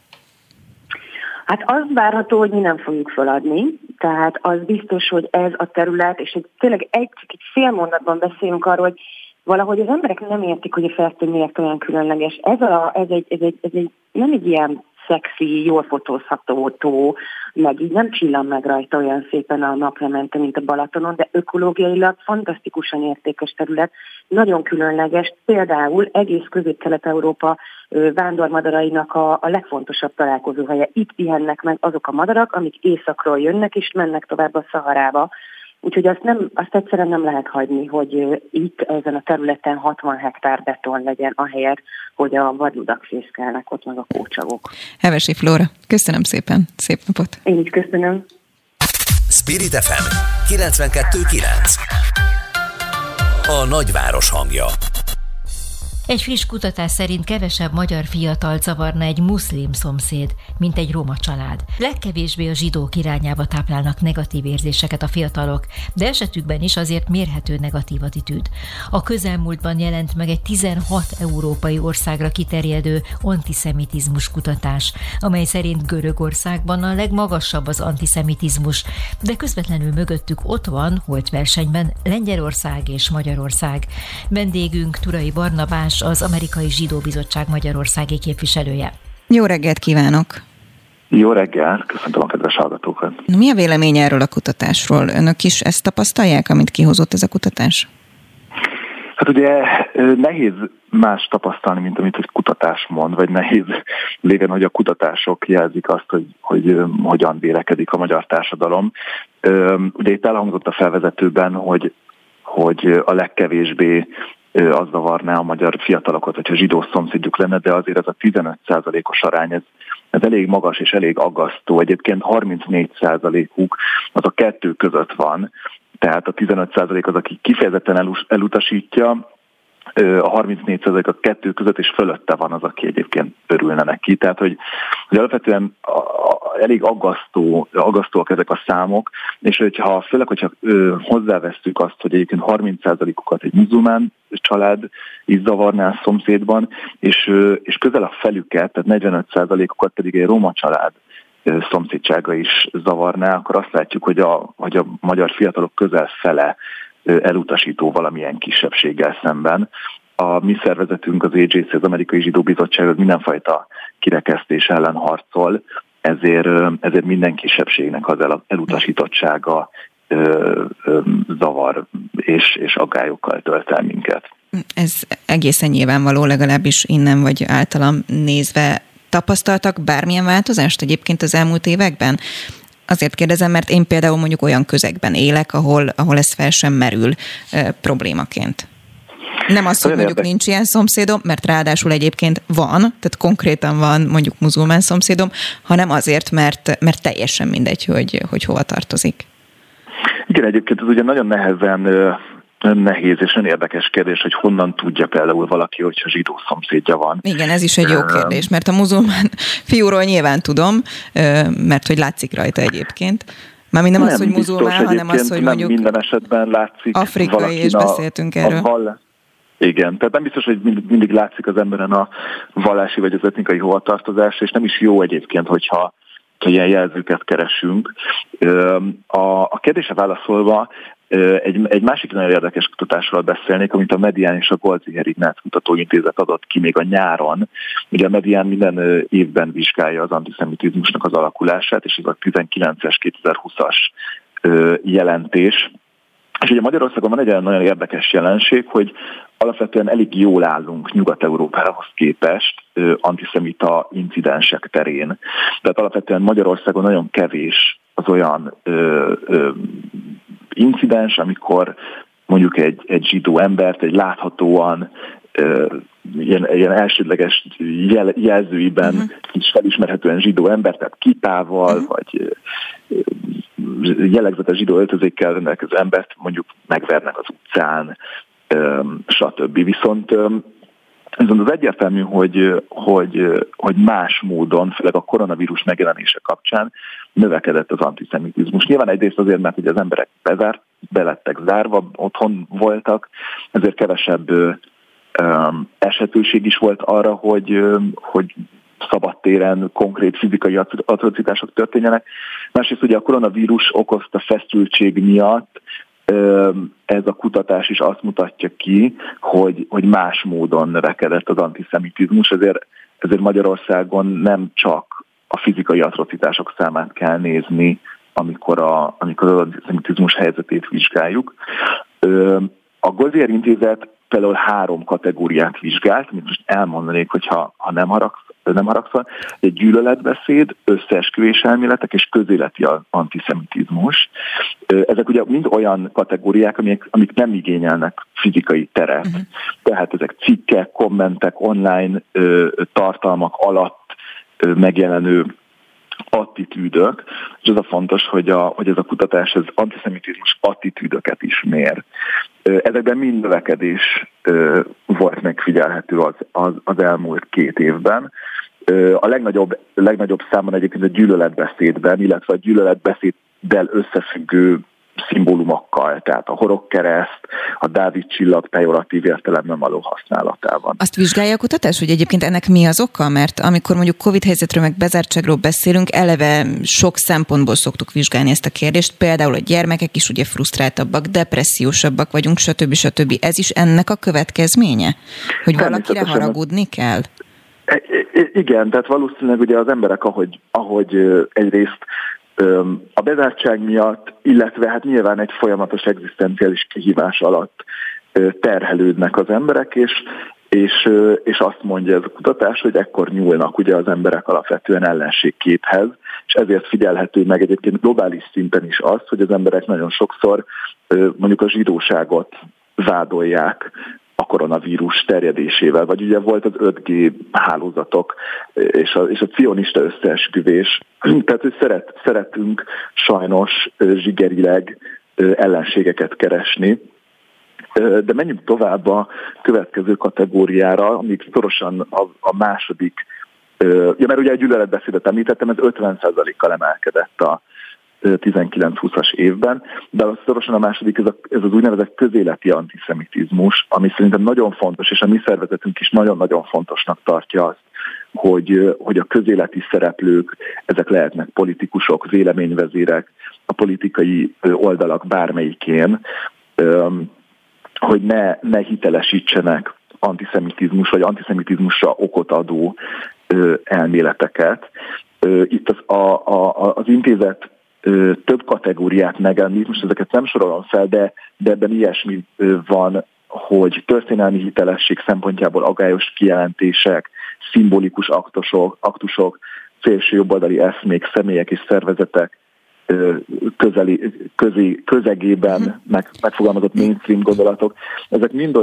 Hát az várható, hogy mi nem fogjuk feladni, tehát az biztos, hogy ez a terület, és tényleg egy fél mondatban beszélünk arról, hogy valahogy az emberek nem értik, hogy a Fertő miért olyan különleges. Ez egy nem egy ilyen szexi, jól fotózható tó, meg így nem csillan meg rajta olyan szépen a naplemente, mint a Balatonon, de ökológiailag fantasztikusan értékes terület, nagyon különleges, például egész Közép-Kelet-Európa vándormadarainak a legfontosabb találkozóhelye. Itt pihennek meg azok a madarak, amik északról jönnek és mennek tovább a Szaharába. Úgyhogy azt egyszerűen nem lehet hagyni, hogy itt ezen a területen 60 hektár beton legyen, ahelyett, hogy a vadludak fészkelnek ott meg a kócsagok. Hevesi Flóra, köszönöm szépen, szép napot! Én is köszönöm. Spirit FM 92.9. A nagyváros hangja. Egy friss kutatás szerint kevesebb magyar fiatalt zavarna egy muszlim szomszéd, mint egy roma család. Legkevésbé a zsidók irányába táplálnak negatív érzéseket a fiatalok, de esetükben is azért mérhető negatív attitűd. A közelmúltban jelent meg egy 16 európai országra kiterjedő antiszemitizmus kutatás, amely szerint Görögországban a legmagasabb az antiszemitizmus, de közvetlenül mögöttük ott van, holt versenyben Lengyelország és Magyarország. Vendégünk Turai Barnabás, az Amerikai Zsidó Bizottság magyarországi képviselője. Jó reggelt kívánok! Jó reggelt, köszöntöm a kedves hallgatókat! Mi a vélemény erről a kutatásról? Önök is ezt tapasztalják, amit kihozott ez a kutatás? Hát ugye nehéz más tapasztalni, mint amit egy kutatás mond, vagy nehéz lévén, hogy a kutatások jelzik azt, hogy hogyan vélekedik a magyar társadalom. Ugye itt elhangzott a felvezetőben, hogy a legkevésbé az zavarná a magyar fiatalokat, hogyha zsidó szomszédjuk lenne, de azért ez a 15%-os arány, ez elég magas és elég aggasztó. Egyébként 34%-uk az a kettő között van, tehát a 15% az, aki kifejezetten elutasítja, a 34% a kettő között és fölötte van az, aki egyébként örülne neki. Tehát, hogy alapvetően elég aggasztóak ezek a számok, és főleg, hogyha hozzávesztük azt, hogy egyébként 30%-ukat egy muzulmán család is zavarná a szomszédban, és közel a felüket, tehát 45%-ukat pedig egy roma család szomszédsága is zavarná, akkor azt látjuk, hogy a magyar fiatalok közel fele elutasító valamilyen kisebbséggel szemben. A mi szervezetünk, az AJC, az Amerikai Zsidó Bizottság, az mindenfajta kirekesztés ellen harcol, ezért minden kisebbségnek az elutasítottsága zavar és aggályokkal tölt el minket. Ez egészen nyilvánvaló, legalábbis innen vagy általam nézve. Tapasztaltak bármilyen változást egyébként az elmúlt években? Azért kérdezem, mert én például mondjuk olyan közegben élek, ahol ez fel sem merül problémaként. Nem az, hogy mondjuk nincs ilyen szomszédom, mert ráadásul egyébként van, tehát konkrétan van mondjuk muzulmán szomszédom, hanem azért, mert teljesen mindegy, hogy hova tartozik. Igen, egyébként ez ugye nagyon nehéz és nagyon érdekes kérdés, hogy honnan tudja például valaki, hogyha zsidó szomszédja van. Igen, ez is egy jó kérdés, mert a muzulmán fiúról nyilván tudom, mert hogy látszik rajta egyébként. Mármint nem az, hogy muzulmán, hanem az, hogy mondjuk nem minden esetben látszik afrikai, és beszéltünk erről. Igen, tehát nem biztos, hogy mindig látszik az emberen a vallási vagy az etnikai hovatartozás, és nem is jó egyébként, hogyha ilyen jelzőket keresünk. A kérdésre válaszolva, egy másik nagyon érdekes kutatásról beszélnék, amit a Medián és a Goldziher Ignác Kutatóintézet adott ki még a nyáron. Ugye a Medián minden évben vizsgálja az antiszemitizmusnak az alakulását, és ez a 19-es, 2020-as jelentés. És ugye Magyarországon van egy olyan nagyon érdekes jelenség, hogy alapvetően elég jól állunk Nyugat-Európához képest antiszemita incidensek terén. Tehát alapvetően Magyarországon nagyon kevés az olyan incidens, amikor mondjuk egy zsidó embert, egy láthatóan ilyen elsődleges jelzőiben is felismerhetően zsidó ember, tehát kipával, vagy jellegzetes zsidó öltözékkel rendelkező embert mondjuk megvernek az utcán, stb. Viszont az egyértelmű, hogy más módon, főleg a koronavírus megjelenése kapcsán növekedett az antiszemitizmus. Nyilván egyrészt azért, mert ugye az emberek belettek zárva, otthon voltak, ezért kevesebb esetőség is volt arra, hogy szabadtéren konkrét fizikai atrocitások történjenek. Másrészt ugye a koronavírus okozta feszültség miatt ez a kutatás is azt mutatja ki, hogy más módon növekedett az antiszemitizmus, ezért Magyarországon nem csak a fizikai atrocitások számát kell nézni, amikor az antiszemitizmus helyzetét vizsgáljuk. A Goldziher Intézet például 3 kategóriát vizsgált, amit most elmondanék, hogyha nem haragszol, egy gyűlöletbeszéd, összeesküvés elméletek és közéleti antiszemitizmus. Ezek ugye mind olyan kategóriák, amik nem igényelnek fizikai teret. Tehát ezek cikkek, kommentek, online tartalmak alatt megjelenő attitűdök, és az a fontos, hogy ez a kutatás az antiszemitizmus attitűdöket is mér. Ezekben mind növekedés volt megfigyelhető az elmúlt 2 évben. A legnagyobb számban egyébként a gyűlöletbeszédben, illetve a gyűlöletbeszéddel összefüggő szimbólumokkal, tehát a horogkereszt, a Dávid csillag pejoratív értelemben való használatában. Azt vizsgálja a kutatás, hogy egyébként ennek mi az oka? Mert amikor mondjuk Covid helyzetről meg bezártságról beszélünk, eleve sok szempontból szoktuk vizsgálni ezt a kérdést, például a gyermekek is ugye frusztráltabbak, depressziósabbak vagyunk, stb. Ez is ennek a következménye? Hogy valakire haragudni kell? Igen, tehát valószínűleg ugye az emberek, ahogy egyrészt a bezártság miatt, illetve hát nyilván egy folyamatos egzisztenciális kihívás alatt terhelődnek az emberek, és azt mondja ez a kutatás, hogy ekkor nyúlnak ugye az emberek alapvetően ellenségképhez, és ezért figyelhető meg egyébként globális szinten is az, hogy az emberek nagyon sokszor mondjuk a zsidóságot vádolják a koronavírus terjedésével, vagy ugye volt az 5G hálózatok és a cionista összeesküvés. Tehát, hogy szeretünk sajnos zsigerileg ellenségeket keresni, de menjünk tovább a következő kategóriára, amik szorosan a második, mert ugye a gyűlöletbeszédet említettem, ez 50%-kal emelkedett a 19-20-as évben, de szorosan a második ez az úgynevezett közéleti antiszemitizmus, ami szerintem nagyon fontos, és a mi szervezetünk is nagyon-nagyon fontosnak tartja azt, hogy a közéleti szereplők, ezek lehetnek politikusok, véleményvezérek, a politikai oldalak bármelyikén, hogy ne hitelesítsenek antiszemitizmus vagy antiszemitizmusra okot adó elméleteket. Itt az intézet több kategóriát megemlít, most ezeket nem sorolom fel, de ebben ilyesmi van, hogy történelmi hitelesség szempontjából aggályos kijelentések, szimbolikus aktusok, szélső jobboldali eszmék, személyek és szervezetek közegében megfogalmazott mainstream gondolatok. Ezek mind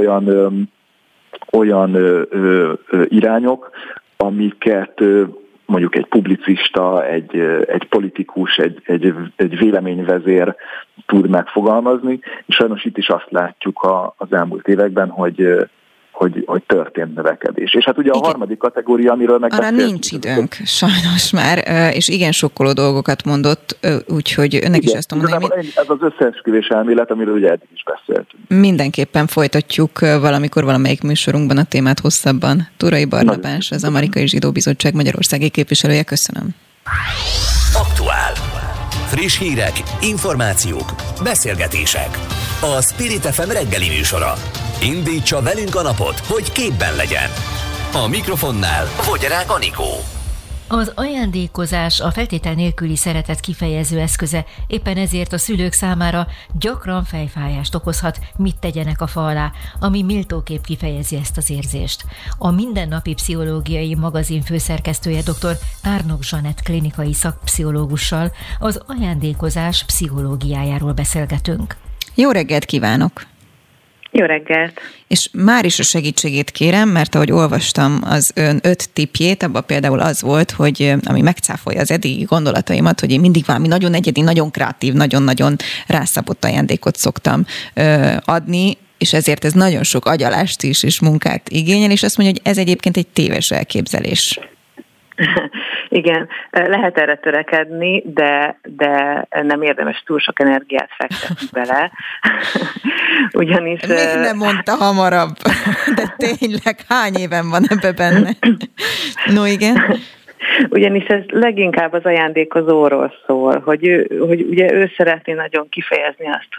olyan irányok, amiket mondjuk egy publicista, egy politikus, egy véleményvezér tud megfogalmazni, és sajnos itt is azt látjuk az elmúlt években, hogy történt növekedés. És hát ugye a harmadik kategória, amiről megbeszéltünk. Arra nincs időnk, sajnos már, és igen sokkoló dolgokat mondott, úgyhogy önnek is ezt mondom. Ez az összeesküvés elmélet, amiről ugye eddig is beszéltünk. Mindenképpen folytatjuk valamikor valamelyik műsorunkban a témát hosszabban. Turai Barnabás, az Amerikai Zsidó Bizottság magyarországi képviselője, köszönöm. Aktuál. Friss hírek, információk, beszélgetések. A Spirit FM reggeli műsora. Indítsa velünk a napot, hogy képben legyen. A mikrofonnál Vogyarák Anikó. Az ajándékozás a feltétel nélküli szeretet kifejező eszköze, éppen ezért a szülők számára gyakran fejfájást okozhat, mit tegyenek a fa alá, ami méltóképp kifejezi ezt az érzést. A Mindennapi Pszichológiai Magazin főszerkesztője dr. Árnok Zsanett klinikai szakpszichológussal az ajándékozás pszichológiájáról beszélgetünk. Jó reggelt kívánok! Jó reggelt! És már is a segítségét kérem, mert ahogy olvastam az ön 5 tippjét, abban például az volt, hogy ami megcáfolja az eddigi gondolataimat, hogy én mindig valami nagyon egyedi, nagyon kreatív, nagyon-nagyon rászabott ajándékot szoktam adni, és ezért ez nagyon sok agyalást is és munkát igényel, és azt mondja, hogy ez egyébként egy téves elképzelés. Igen, lehet erre törekedni, de nem érdemes túl sok energiát fektetni bele. Ugyanis... Még nem mondta hamarabb, de tényleg hány éven van ebbe benne? No, igen. Ugyanis ez leginkább az ajándékozóról szól, hogy ugye ő szeretné nagyon kifejezni azt,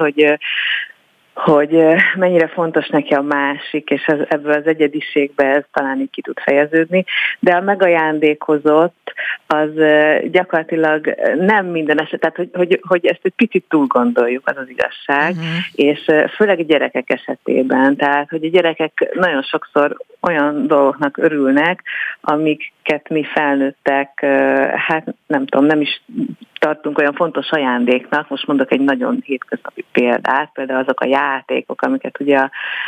hogy mennyire fontos neki a másik, és ebből az egyediségbe ez talán így ki tud fejeződni, de a megajándékozott az gyakorlatilag nem minden eset, tehát hogy ezt egy picit túl gondoljuk, az az igazság, és főleg a gyerekek esetében, tehát hogy a gyerekek nagyon sokszor olyan dolgoknak örülnek, amiket mi felnőttek, hát nem tudom, nem is tartunk olyan fontos ajándéknak. Most mondok egy nagyon hétköznapi példát, például azok a játékok, amiket ugye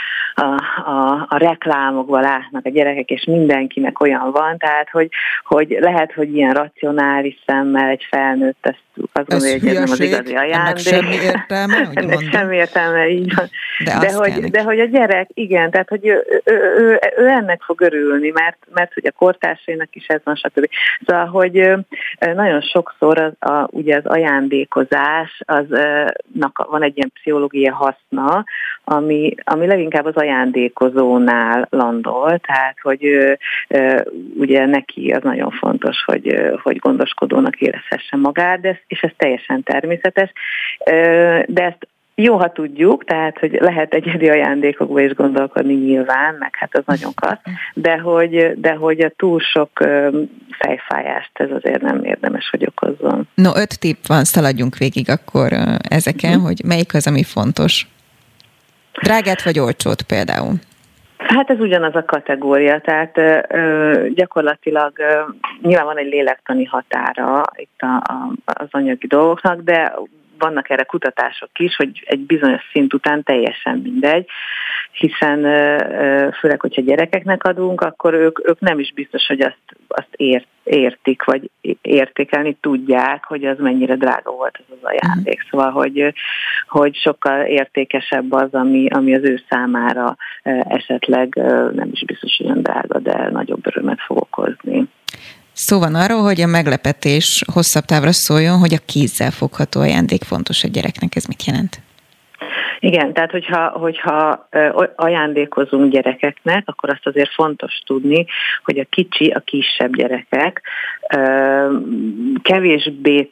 a reklámokban látnak a gyerekek, és mindenkinek olyan van, tehát hogy lehet, hogy ilyen racionális szemmel egy felnőtt azt gondolja, hogy ez nem az igazi ajándék. Ennek semmi értelme, ennek semmi értelme, így van. De hogy a gyerek, igen, tehát hogy ő ennek fog örülni, mert hogy a kortársainak is ez van, stb. Szóval, hogy nagyon sokszor ugye az ajándékozásnak van egy ilyen pszichológiai haszna, ami leginkább az ajándékozónál landol, tehát hogy ugye neki az nagyon fontos, hogy gondoskodónak érezhesse magát, és ez teljesen természetes, de ezt jó, ha tudjuk, tehát, hogy lehet egyedi ajándékokba is gondolkodni nyilván, meg hát az nagyon klassz, de hogy a túl sok fejfájást ez azért nem érdemes, hogy okozzon. No, 5 tipp van, szaladjunk végig akkor ezeken, hogy melyik az, ami fontos. Drágát vagy olcsót például? Hát ez ugyanaz a kategória, tehát gyakorlatilag nyilván van egy lélektani határa itt az anyagi dolgoknak, de vannak erre kutatások is, hogy egy bizonyos szint után teljesen mindegy, hiszen főleg, hogyha gyerekeknek adunk, akkor ők nem is biztos, hogy azt értik, vagy értékelni tudják, hogy az mennyire drága volt az ajándék. Szóval, hogy sokkal értékesebb az, ami az ő számára esetleg nem is biztos, hogy olyan drága, de nagyobb örömet fog okozni. Szó van arról, hogy a meglepetés hosszabb távra szóljon, hogy a kézzel fogható ajándék fontos a gyereknek. Ez mit jelent? Igen, tehát hogyha ajándékozunk gyerekeknek, akkor azt azért fontos tudni, hogy a kisebb gyerekek kevésbé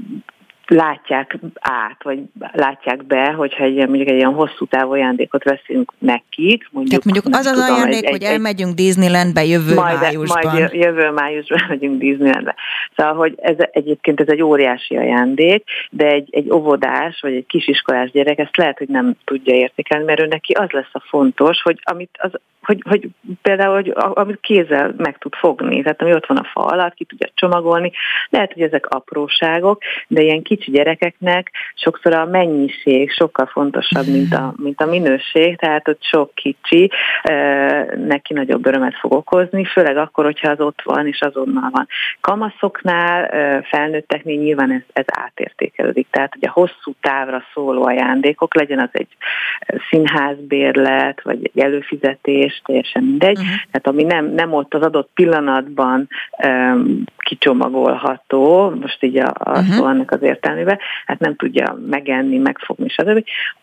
látják át, vagy látják be, hogyha mondjuk egy ilyen hosszú távú ajándékot veszünk nekik. Tehát mondjuk az az ajándék, hogy elmegyünk Disneylandbe májusban. Majd jövő májusban megyünk Disneylandbe. Szóval, hogy egyébként ez egy óriási ajándék, de egy óvodás, vagy egy kisiskolás gyerek ezt lehet, hogy nem tudja értékelni, mert ő neki az lesz a fontos, hogy hogy például, amit kézzel meg tud fogni, tehát ami ott van a fa alatt, ki tudja csomagolni, lehet, hogy ezek apróságok, de ilyen kicsi gyerekeknek sokszor a mennyiség sokkal fontosabb, mint a minőség, tehát ott sok kicsi neki nagyobb örömet fog okozni, főleg akkor, hogyha az ott van, és azonnal van. Kamaszoknál, felnőtteknél nyilván ez átértékelődik, tehát hogy a hosszú távra szóló ajándékok, legyen az egy színházbérlet, vagy egy előfizetés, teljesen mindegy, tehát ami nem ott az adott pillanatban kicsomagolható, most így a szó annak az értelmében, hát nem tudja megenni, megfogni, stb.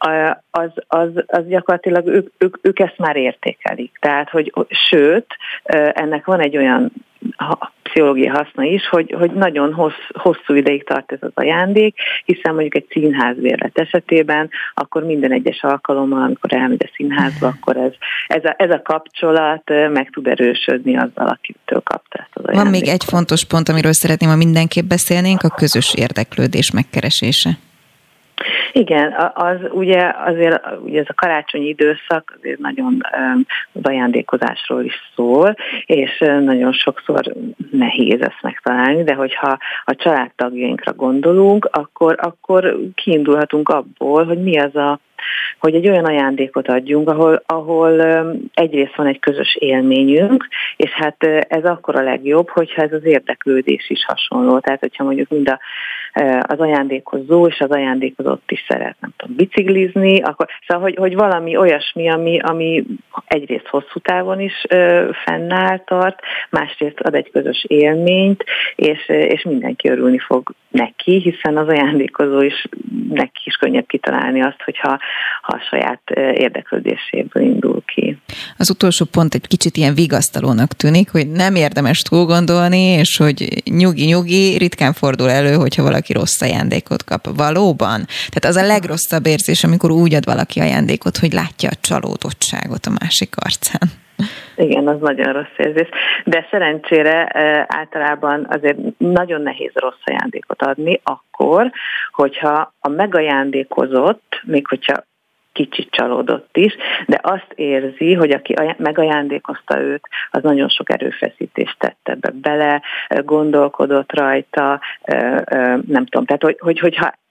Az gyakorlatilag ők ezt már értékelik. Tehát, hogy sőt, ennek van egy olyan pszichológiai haszna is, hogy nagyon hosszú ideig tart ez az ajándék, hiszen mondjuk egy színházbérlet esetében, akkor minden egyes alkalommal, amikor elmegy a színházba, akkor ez a kapcsolat meg tud erősödni azzal, akitől kapta ezt az ajándékot. Van még egy fontos pont, amiről szeretném, ha mindenképp beszélnénk, a közös érdeklődés megkeresése. Igen, az ugye azért ugye ez a karácsonyi időszak azért nagyon az ajándékozásról is szól, és nagyon sokszor nehéz ezt megtalálni, de hogyha a családtagjainkra gondolunk, akkor kiindulhatunk abból, hogy mi az hogy egy olyan ajándékot adjunk, ahol egyrészt van egy közös élményünk, és hát ez akkor a legjobb, hogyha ez az érdeklődés is hasonló. Tehát, hogyha mondjuk mind az ajándékozó és az ajándékozott is szeret, nem tudom, biciklizni, akkor, szóval, hogy valami olyasmi, ami egyrészt hosszú távon is fennáll, tart, másrészt ad egy közös élményt, és mindenki örülni fog neki, hiszen az ajándékozó is neki is könnyebb kitalálni azt, hogyha a saját érdeklődéséből indul ki. Az utolsó pont egy kicsit ilyen vigasztalónak tűnik, hogy nem érdemes túl gondolni, és hogy nyugi, ritkán fordul elő, hogyha valaki rossz ajándékot kap. Valóban? Tehát az a legrosszabb érzés, amikor úgy ad valaki ajándékot, hogy látja a csalódottságot a másik arcán. Igen, az nagyon rossz érzés. De szerencsére általában azért nagyon nehéz rossz ajándékot adni akkor, hogyha a megajándékozott, még hogyha kicsit csalódott is, de azt érzi, hogy aki megajándékozta őt, az nagyon sok erőfeszítést tett ebbe bele, gondolkodott rajta, nem tudom, tehát hogyha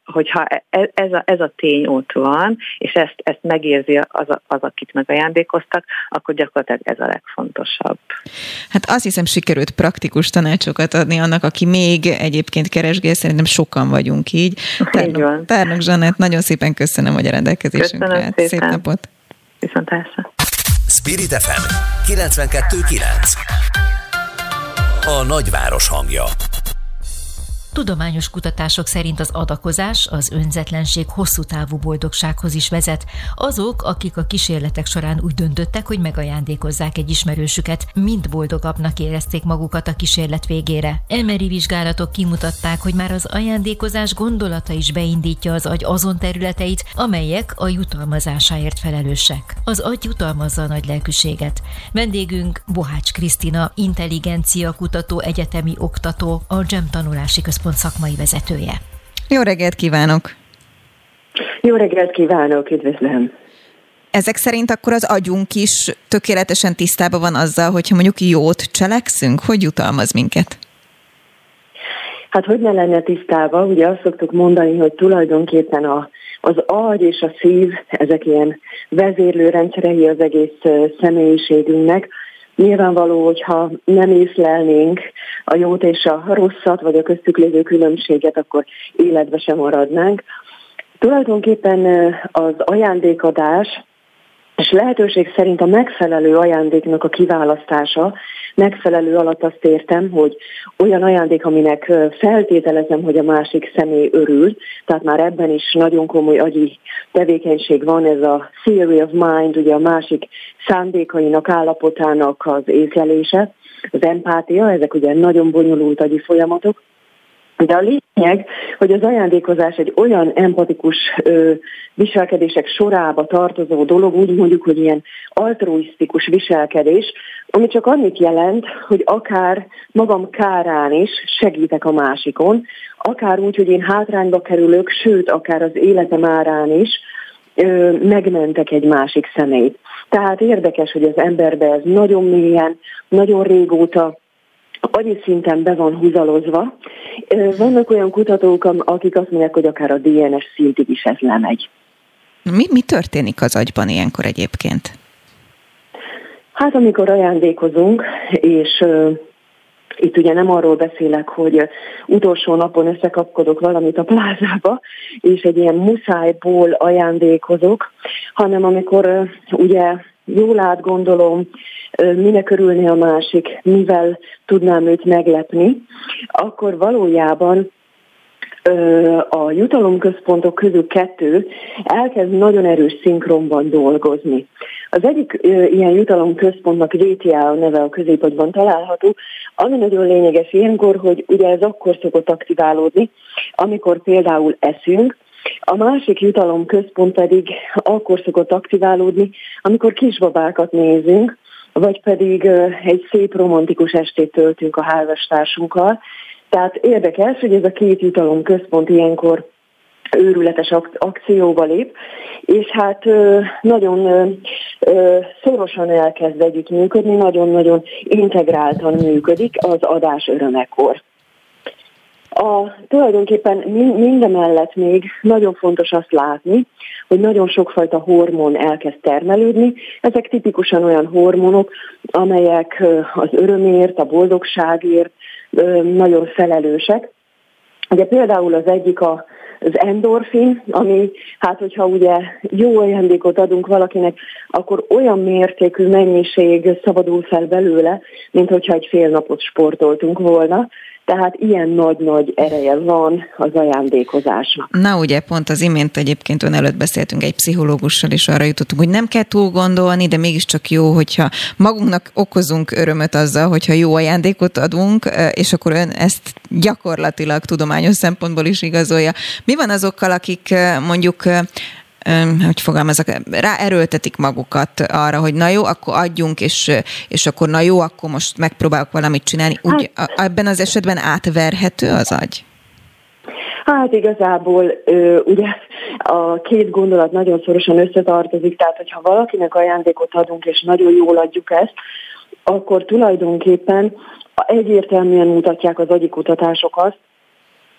hogyha ez a tény ott van, és ezt megérzi az, akit megajándékoztak, akkor gyakorlatilag ez a legfontosabb. Hát azt hiszem, sikerült praktikus tanácsokat adni annak, aki még egyébként keresgél, szerintem sokan vagyunk így. Tárnok Zsanett, nagyon szépen köszönöm, hogy a rendelkezésünkre állt. Szép napot! Viszontlátásra! Spirit FM 92.9 A nagyváros hangja. Tudományos kutatások szerint az adakozás, az önzetlenség hosszú távú boldogsághoz is vezet. Azok, akik a kísérletek során úgy döntöttek, hogy megajándékozzák egy ismerősüket, mind boldogabbnak érezték magukat a kísérlet végére. Emery vizsgálatok kimutatták, hogy már az ajándékozás gondolata is beindítja az agy azon területeit, amelyek a jutalmazásáért felelősek. Az agy jutalmazza a nagy lelkűséget. Vendégünk Bohács Krisztina, intelligencia kutató, egyetemi oktató, a GEM tanulási központ szakmai vezetője. Jó reggelt kívánok! Jó reggelt kívánok, üdvözlöm! Ezek szerint akkor az agyunk is tökéletesen tisztában van azzal, hogyha mondjuk jót cselekszünk? Hogy jutalmaz minket? Hát hogy ne lenne tisztában? Ugye azt szoktuk mondani, hogy tulajdonképpen az agy és a szív, ezek ilyen vezérlőrendszerei az egész személyiségünknek. Nyilvánvaló, hogyha nem észlelnénk a jót és a rosszat, vagy a köztük lévő különbséget, akkor életbe sem maradnánk. Tulajdonképpen az ajándékadás, és lehetőség szerint a megfelelő ajándéknak a kiválasztása, megfelelő alatt azt értem, hogy olyan ajándék, aminek feltételezem, hogy a másik személy örül, tehát már ebben is nagyon komoly agyi tevékenység van, ez a theory of mind, ugye a másik szándékainak, állapotának az észlelése, az empátia, ezek ugye nagyon bonyolult agyi folyamatok. De a lényeg, hogy az ajándékozás egy olyan empatikus viselkedések sorába tartozó dolog, úgy mondjuk, hogy ilyen altruisztikus viselkedés, ami csak annyit jelent, hogy akár magam kárán is segítek a másikon, akár úgy, hogy én hátrányba kerülök, sőt, akár az életem árán is megmentek egy másik személyt. Tehát érdekes, hogy az emberbe ez nagyon mélyen, nagyon régóta agyi szinten be van húzalozva. Vannak olyan kutatók, akik azt mondják, hogy akár a DNS szintig is ez lemegy. Mi történik az agyban ilyenkor egyébként? Hát amikor ajándékozunk, és itt ugye nem arról beszélek, hogy utolsó napon összekapkodok valamit a plázába, és egy ilyen muszájból ajándékozok, hanem amikor ugye jól átgondolom, minek örülne a másik, mivel tudnám őt meglepni, akkor valójában a jutalomközpontok közül 2 elkezd nagyon erős szinkronban dolgozni. Az egyik ilyen jutalomközpontnak VTA a neve, a középagyban található, ami nagyon lényeges ilyenkor, hogy ugye ez akkor szokott aktiválódni, amikor például eszünk. A másik jutalomközpont pedig akkor szokott aktiválódni, amikor kisbabákat nézünk, vagy pedig egy szép romantikus estét töltünk a házastársunkkal. Tehát érdekes, hogy ez a 2 jutalomközpont ilyenkor őrületes akcióba lép, és hát nagyon szorosan elkezd együttműködni, nagyon-nagyon integráltan működik az adás örömekor. Tulajdonképpen mindemellett még nagyon fontos azt látni, hogy nagyon sokfajta hormon elkezd termelődni. Ezek tipikusan olyan hormonok, amelyek az örömért, a boldogságért nagyon felelősek. Ugye például az egyik az endorfin, ami hát hogyha ugye jó ajándékot adunk valakinek, akkor olyan mértékű mennyiség szabadul fel belőle, mint hogyha egy fél napot sportoltunk volna. Tehát ilyen nagy-nagy ereje van az ajándékozásnak. Na ugye, pont az imént egyébként ön előtt beszéltünk egy pszichológussal, és arra jutottunk, hogy nem kell túl gondolni, de mégiscsak jó, hogyha magunknak okozunk örömöt azzal, hogyha jó ajándékot adunk, és akkor ön ezt gyakorlatilag tudományos szempontból is igazolja. Mi van azokkal, akik mondjuk hogy fogalmazok, ráerőltetik magukat arra, hogy na jó, akkor adjunk, és akkor na jó, akkor most megpróbálok valamit csinálni. Úgy, ebben az esetben átverhető az agy? Hát igazából ugye a 2 gondolat nagyon szorosan összetartozik, tehát hogyha valakinek ajándékot adunk, és nagyon jól adjuk ezt, akkor tulajdonképpen egyértelműen mutatják az agyi kutatások azt,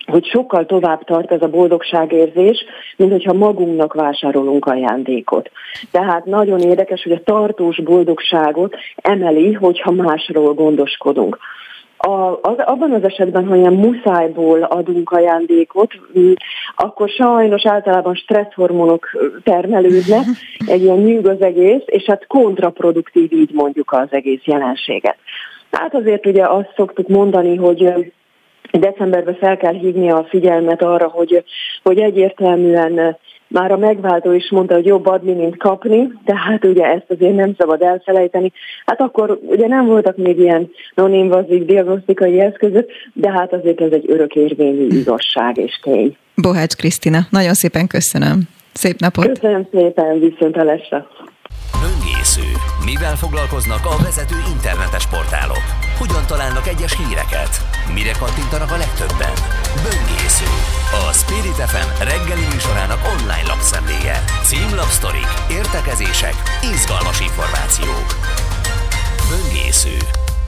sokkal tovább tart ez a boldogságérzés, mint hogyha magunknak vásárolunk ajándékot. Tehát nagyon érdekes, hogy a tartós boldogságot emeli, hogyha másról gondoskodunk. Abban az esetben, ha ilyen muszájból adunk ajándékot, akkor sajnos általában stresszhormonok termelődnek, egy ilyen nyűg az egész, és hát kontraproduktív, így mondjuk, az egész jelenséget. Hát azért ugye azt szoktuk mondani, hogy decemberben fel kell hívni a figyelmet arra, hogy egyértelműen már a megváltó is mondta, hogy jobb adni, mint kapni, tehát ugye ezt azért nem szabad elfelejteni. Hát akkor ugye nem voltak még ilyen non-invazív diagnosztikai eszközök, de hát azért ez egy örökérvényű igazság és tény. Bohács Krisztina, nagyon szépen köszönöm. Szép napot! Köszönöm szépen, viszontlátásra! Böngésző. Mivel foglalkoznak a vezető internetes portálok? Hogyan találnak egyes híreket? Mire kattintanak a legtöbben? Böngésző. A Spirit FM reggeli műsorának online lapszemléje. Címlapsztorik, értekezések, izgalmas információk. Böngésző.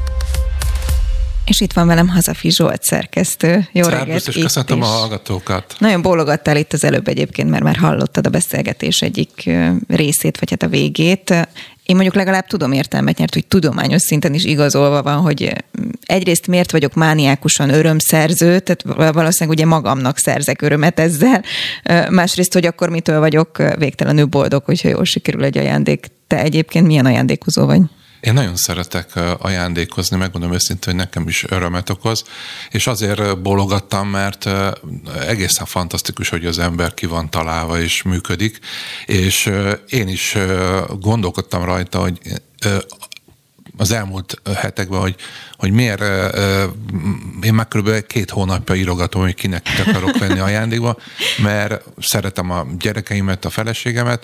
És itt van velem Hazafi Zsolt szerkesztő. Jó reggelt! És köszöntöm a hallgatókat. Nagyon bólogattál itt az előbb egyébként, mert már hallottad a beszélgetés egyik részét, vagy hát a végét. Én mondjuk legalább tudom értelmet nyert, hogy tudományos szinten is igazolva van, hogy egyrészt miért vagyok mániákusan örömszerző, tehát valószínűleg ugye magamnak szerzek örömet ezzel. Másrészt, hogy akkor mitől vagyok végtelenül boldog, hogyha jól sikerül egy ajándék. Te egyébként milyen ajándékozó vagy? Én nagyon szeretek ajándékozni, megmondom őszintén, hogy nekem is örömet okoz, és azért bólogattam, mert egészen fantasztikus, hogy az ember ki van találva és működik, és én is gondolkodtam rajta, hogy az elmúlt hetekben, hogy miért én már kb. 2 hónapja írogatom, hogy kinek akarok venni ajándékba, mert szeretem a gyerekeimet, a feleségemet,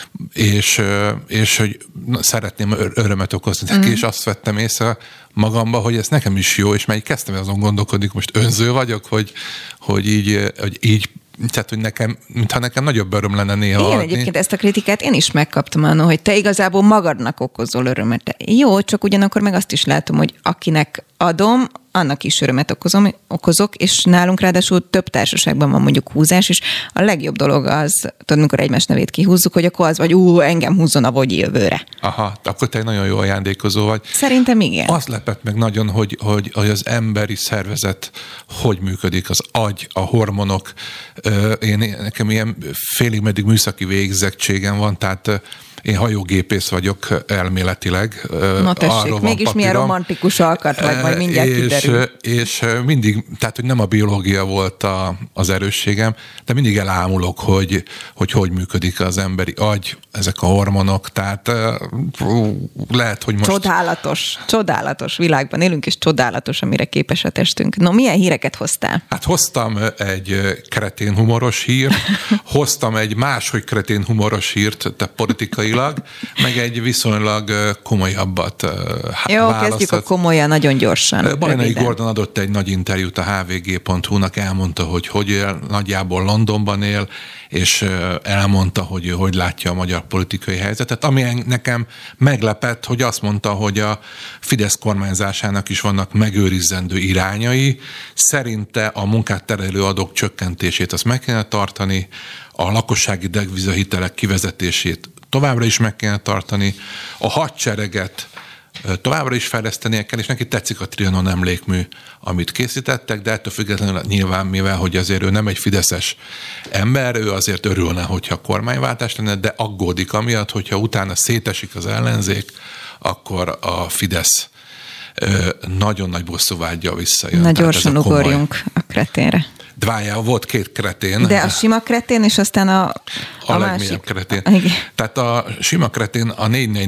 és hogy szeretném örömet okozni neki, és azt vettem észre magamba, hogy ez nekem is jó, és már így kezdtem azon gondolkodni, most önző vagyok, hogy így tehát, hogy mintha nekem nagyobb öröm lenne néha Igen, adni. egyébként ezt a kritikát én is megkaptam annól, hogy te igazából magadnak okozol örömet. Jó, csak ugyanakkor meg azt is látom, hogy akinek adom, annak is örömet okozok, és nálunk ráadásul több társaságban van mondjuk húzás, és a legjobb dolog az, tudod, amikor egymás nevét kihúzzuk, hogy akkor az vagy, engem húzzon a Vogyi jövőre. Aha, akkor te egy nagyon jó ajándékozó vagy. Szerintem igen. Azt lepett meg nagyon, hogy az emberi szervezet hogy működik, az agy, a hormonok. Nekem ilyen félig meddig műszaki végzettségem van, tehát én hajógépész vagyok elméletileg. Na tessék, mégis milyen romantikus alkat vagy, majd mindjárt kiderül. És mindig, tehát hogy nem a biológia volt az erősségem, de mindig elámulok, hogy működik az emberi agy, ezek a hormonok, tehát lehet, hogy most... Csodálatos világban élünk, és csodálatos, amire képes a testünk. No, milyen híreket hoztál? Hát hoztam egy kretén humoros hírt, hoztam egy máshogy kretén humoros hírt, de politikai, meg egy viszonylag komolyabbat Jó, kezdjük a komolyan, nagyon gyorsan. Bajnai Gordon adott egy nagy interjút a hvg.hu-nak, elmondta, hogy él, nagyjából Londonban él, és elmondta, hogy látja a magyar politikai helyzetet. Ami nekem meglepett, hogy azt mondta, hogy a Fidesz kormányzásának is vannak megőrizendő irányai. Szerinte a munkát terhelő adók csökkentését azt meg kellene tartani, a lakossági devizahitelek kivezetését továbbra is meg kellene tartani, a hadsereget továbbra is fejlesztenie kell, és neki tetszik a Trianon emlékmű, amit készítettek, de ettől függetlenül nyilván, mivel hogy azért ő nem egy fideszes ember, ő azért örülne, hogyha kormányváltás lenne, de aggódik amiatt, hogyha utána szétesik az ellenzék, akkor a Fidesz nagyon nagy bosszúvágya visszajön. Na gyorsan ugorjunk a kreténre. Dvájá, volt 2 kretén. De a sima kretén, és aztán a legmélyebb kretén. Tehát a sima kretén, a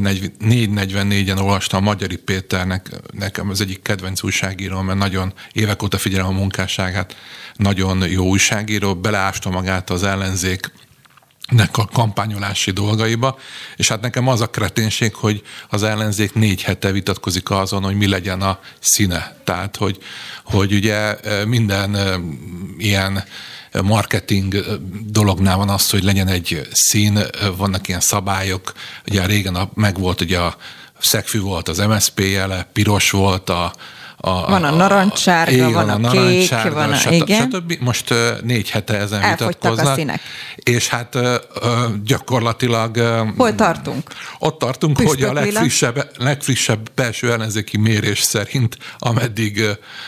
444-en olvastam a Magyari Péternek, nekem az egyik kedvenc újságíró, mert nagyon évek óta figyelem a munkásságát, nagyon jó újságíró, beleásta magát az ellenzék a kampányolási dolgaiba, és hát nekem az a kreténség, hogy az ellenzék 4 hete vitatkozik azon, hogy mi legyen a színe. Tehát, hogy ugye minden ilyen marketing dolognál van az, hogy legyen egy szín, vannak ilyen szabályok, ugye régen megvolt, ugye a szegfű volt az MSZP jele, piros volt a van a narancssárga, van a kék, van a... Igen. Stb. Most 4 hete ezen vitatkoznak. A színek. És hát gyakorlatilag... Hol tartunk? Ott tartunk, hogy a legfrissebb belső ellenzéki mérés szerint, ameddig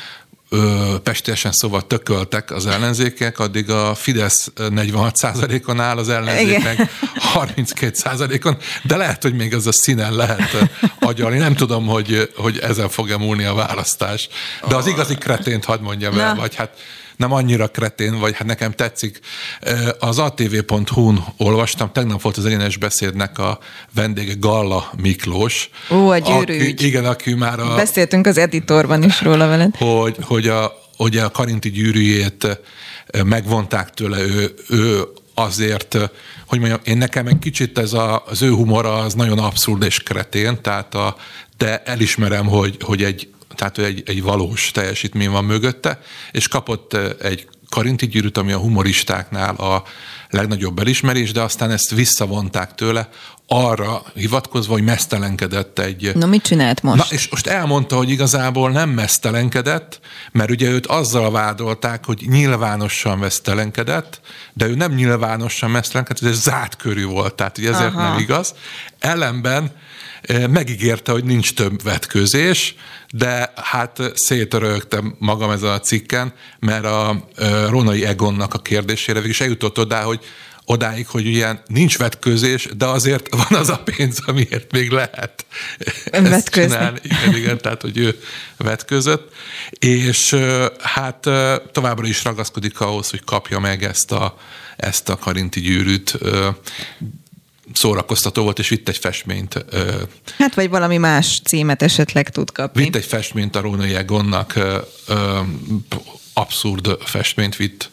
pestélyesen szóval tököltek az ellenzékek, addig a Fidesz 46%-on áll, az ellenzéknek 32%-on, de lehet, hogy még az a színen lehet agyalni. Nem tudom, hogy ezen fog-e múlni a választás. De az igazi kretént hadd mondjam el, vagy hát nem annyira kretén, vagy hát nekem tetszik. Az atv.hu-n olvastam, tegnap volt az Egyenes Beszédnek a vendége Galla Miklós. A gyűrűügy. Igen, aki már beszéltünk az editorban is róla veled. Hogy a Karinti gyűrűjét megvonták tőle, ő azért, hogy mondjam, én nekem egy kicsit az ő humora az nagyon abszurd és kretén, de elismerem, hogy egy valós teljesítmény van mögötte, és kapott egy Karinti gyűrűt, ami a humoristáknál a legnagyobb elismerés, de aztán ezt visszavonták tőle, arra hivatkozva, hogy mesztelenkedett egy... Na, mit csinált most? Na, és most elmondta, hogy igazából nem mesztelenkedett, mert ugye őt azzal vádolták, hogy nyilvánosan mesztelenkedett, de ő nem nyilvánosan mesztelenkedett, ez zárt körű volt, tehát ugye ezért nem igaz. Ellenben megígérte, hogy nincs több vetkőzés, de hát szétörögtem magam ezen a cikken, mert a Rónai Egonnak a kérdésére végig is eljutott odáig, hogy ilyen nincs vetkőzés, de azért van az a pénz, amiért még lehet ezt csinálni. Igen, tehát, hogy ő vetközött. És hát továbbra is ragaszkodik ahhoz, hogy kapja meg ezt a Karinti gyűrűt. Szórakoztató volt, és vitt egy festményt. Hát, vagy valami más címet esetleg tud kapni. Vitt egy festményt a Rónai Egonnak, abszurd festményt vitt,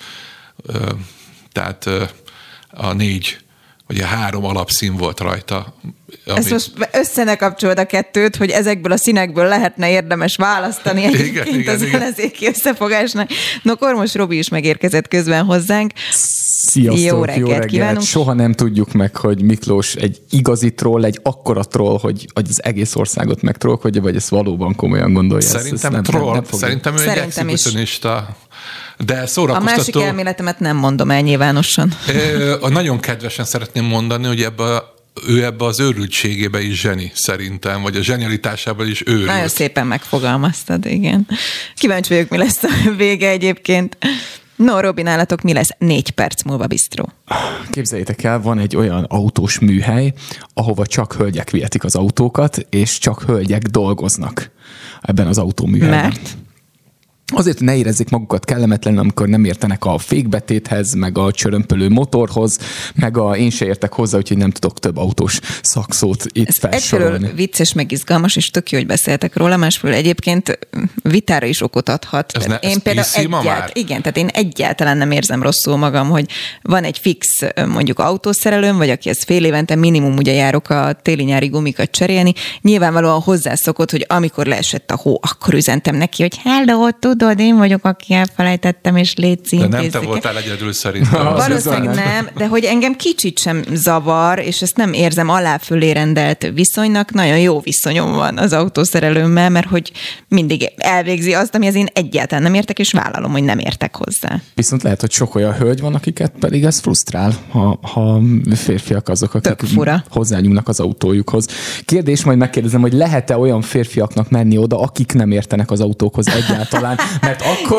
tehát a 4, vagy a 3 alapszín volt rajta. Ezt most össze kapcsolod a kettőt, hogy ezekből a színekből lehetne érdemes választani egyébként az ellenzéki összefogásnak. No, Kormos Robi is megérkezett közben hozzánk. Sziasztok, jó reggelt kívánunk. Soha nem tudjuk meg, hogy Miklós egy igazi troll, egy akkora troll, hogy az egész országot megtrollkodja, vagy ezt valóban komolyan gondolja. Szerintem troll. Szerintem ő egy exhibicionista. De szórakoztató. A másik elméletemet nem mondom el nyilvánosan. Nagyon kedvesen szeretném mondani, hogy ő ebbe az őrültségébe is zseni, szerintem, vagy a zsenialitásában is őrült. Nagyon szépen megfogalmaztad, igen. Kíváncsi vagyok, mi lesz a vége egyébként. No, Robi, nálatok mi lesz 4 perc múlva bisztró? Képzeljétek el, van egy olyan autós műhely, ahova csak hölgyek vihetik az autókat, és csak hölgyek dolgoznak ebben az autóműhelyben. Mert? Azért, hogy ne érezzék magukat kellemetlenül, amikor nem értenek a fékbetéthez, meg a csörömpölő motorhoz, meg én se értek hozzá, úgyhogy nem tudok több autós szakszót itt felsorolni. Egyfelől vicces, meg izgalmas, és tök jó, hogy beszéltek róla, másfelől egyébként vitára is okot adhat. Én például igen, tehát én egyáltalán nem érzem rosszul magam, hogy van egy fix mondjuk autószerelőm, vagy aki ezt fél évente minimum ugye járok a téli-nyári gumikat cserélni, nyilvánvalóan hozzászokott, hogy amikor leesett a hó, akkor üzentem neki, hogy hello, tudod, én vagyok, aki elfelejtettem, és légy de nem te voltál egyedül szerintem. Valószínűleg nem, de hogy engem kicsit sem zavar, és ezt nem érzem aláfölé rendelt viszonynak, nagyon jó viszonyom van az autószerelőmmel, mert hogy mindig elvégzi azt, amihez én egyáltalán nem értek, és vállalom, hogy nem értek hozzá. Viszont lehet, hogy sok olyan hölgy van, akiket pedig ez frusztrál, ha férfiak azok, akik hozzányúlnak az autójukhoz. Kérdés, majd megkérdezem, hogy lehet-e olyan férfiaknak menni oda, akik nem értenek az autókhoz egyáltalán, mert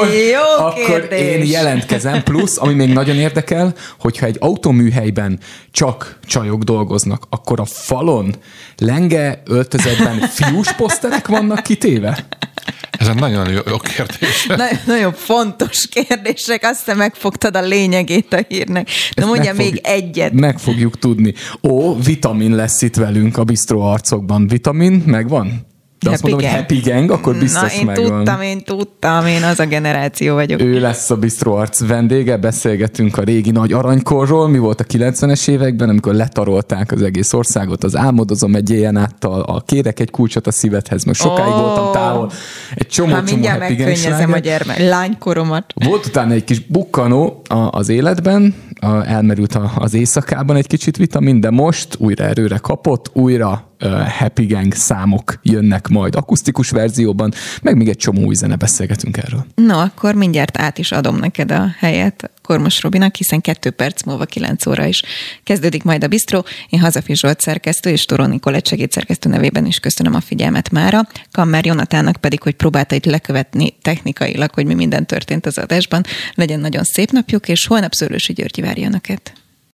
akkor én jelentkezem. Plusz, ami még nagyon érdekel, hogyha egy autóműhelyben csak csajok dolgoznak, akkor a falon lenge öltözetben fiús poszterek vannak kitéve? Ez egy nagyon jó kérdés. Nagyon fontos kérdések, azt hiszem megfogtad a lényegét a hírnek. De mondja még egyet. Meg fogjuk tudni. Vitamin lesz itt velünk a bisztró arcokban. Vitamin megvan? De azt mondom, hogy Happy Gang, akkor biztos megvan. Én tudtam, én az a generáció vagyok. Ő lesz a Bisztró Arc vendége, beszélgetünk a régi nagy aranykorról, mi volt a 90-es években, amikor letarolták az egész országot, az álmodozom egy éjjel áttal, a kérek egy kulcsot a szívedhez, mert sokáig voltam távol. Egy csomó Happy Gang megkönnyezem a lánykoromat. Volt utána egy kis bukkanó az életben, elmerült az éjszakában egy kicsit vitamin, de most újra erőre kapott, újra Happy Gang számok jönnek majd akusztikus verzióban, meg még egy csomó új zene, beszélgetünk erről. No, akkor mindjárt át is adom neked a helyet Kormos Robinak, hiszen 2 perc múlva 9 óra is kezdődik majd a Bistró. Én Hazafi Zsolt szerkesztő és Toró Nikolett segédszerkesztő nevében is köszönöm a figyelmet mára. Kammer Jonatánnak pedig, hogy próbálta itt lekövetni technikailag, hogy mi minden történt az adásban. Legyen nagyon szép napjuk, és holnap Szőlősi György várja önöket.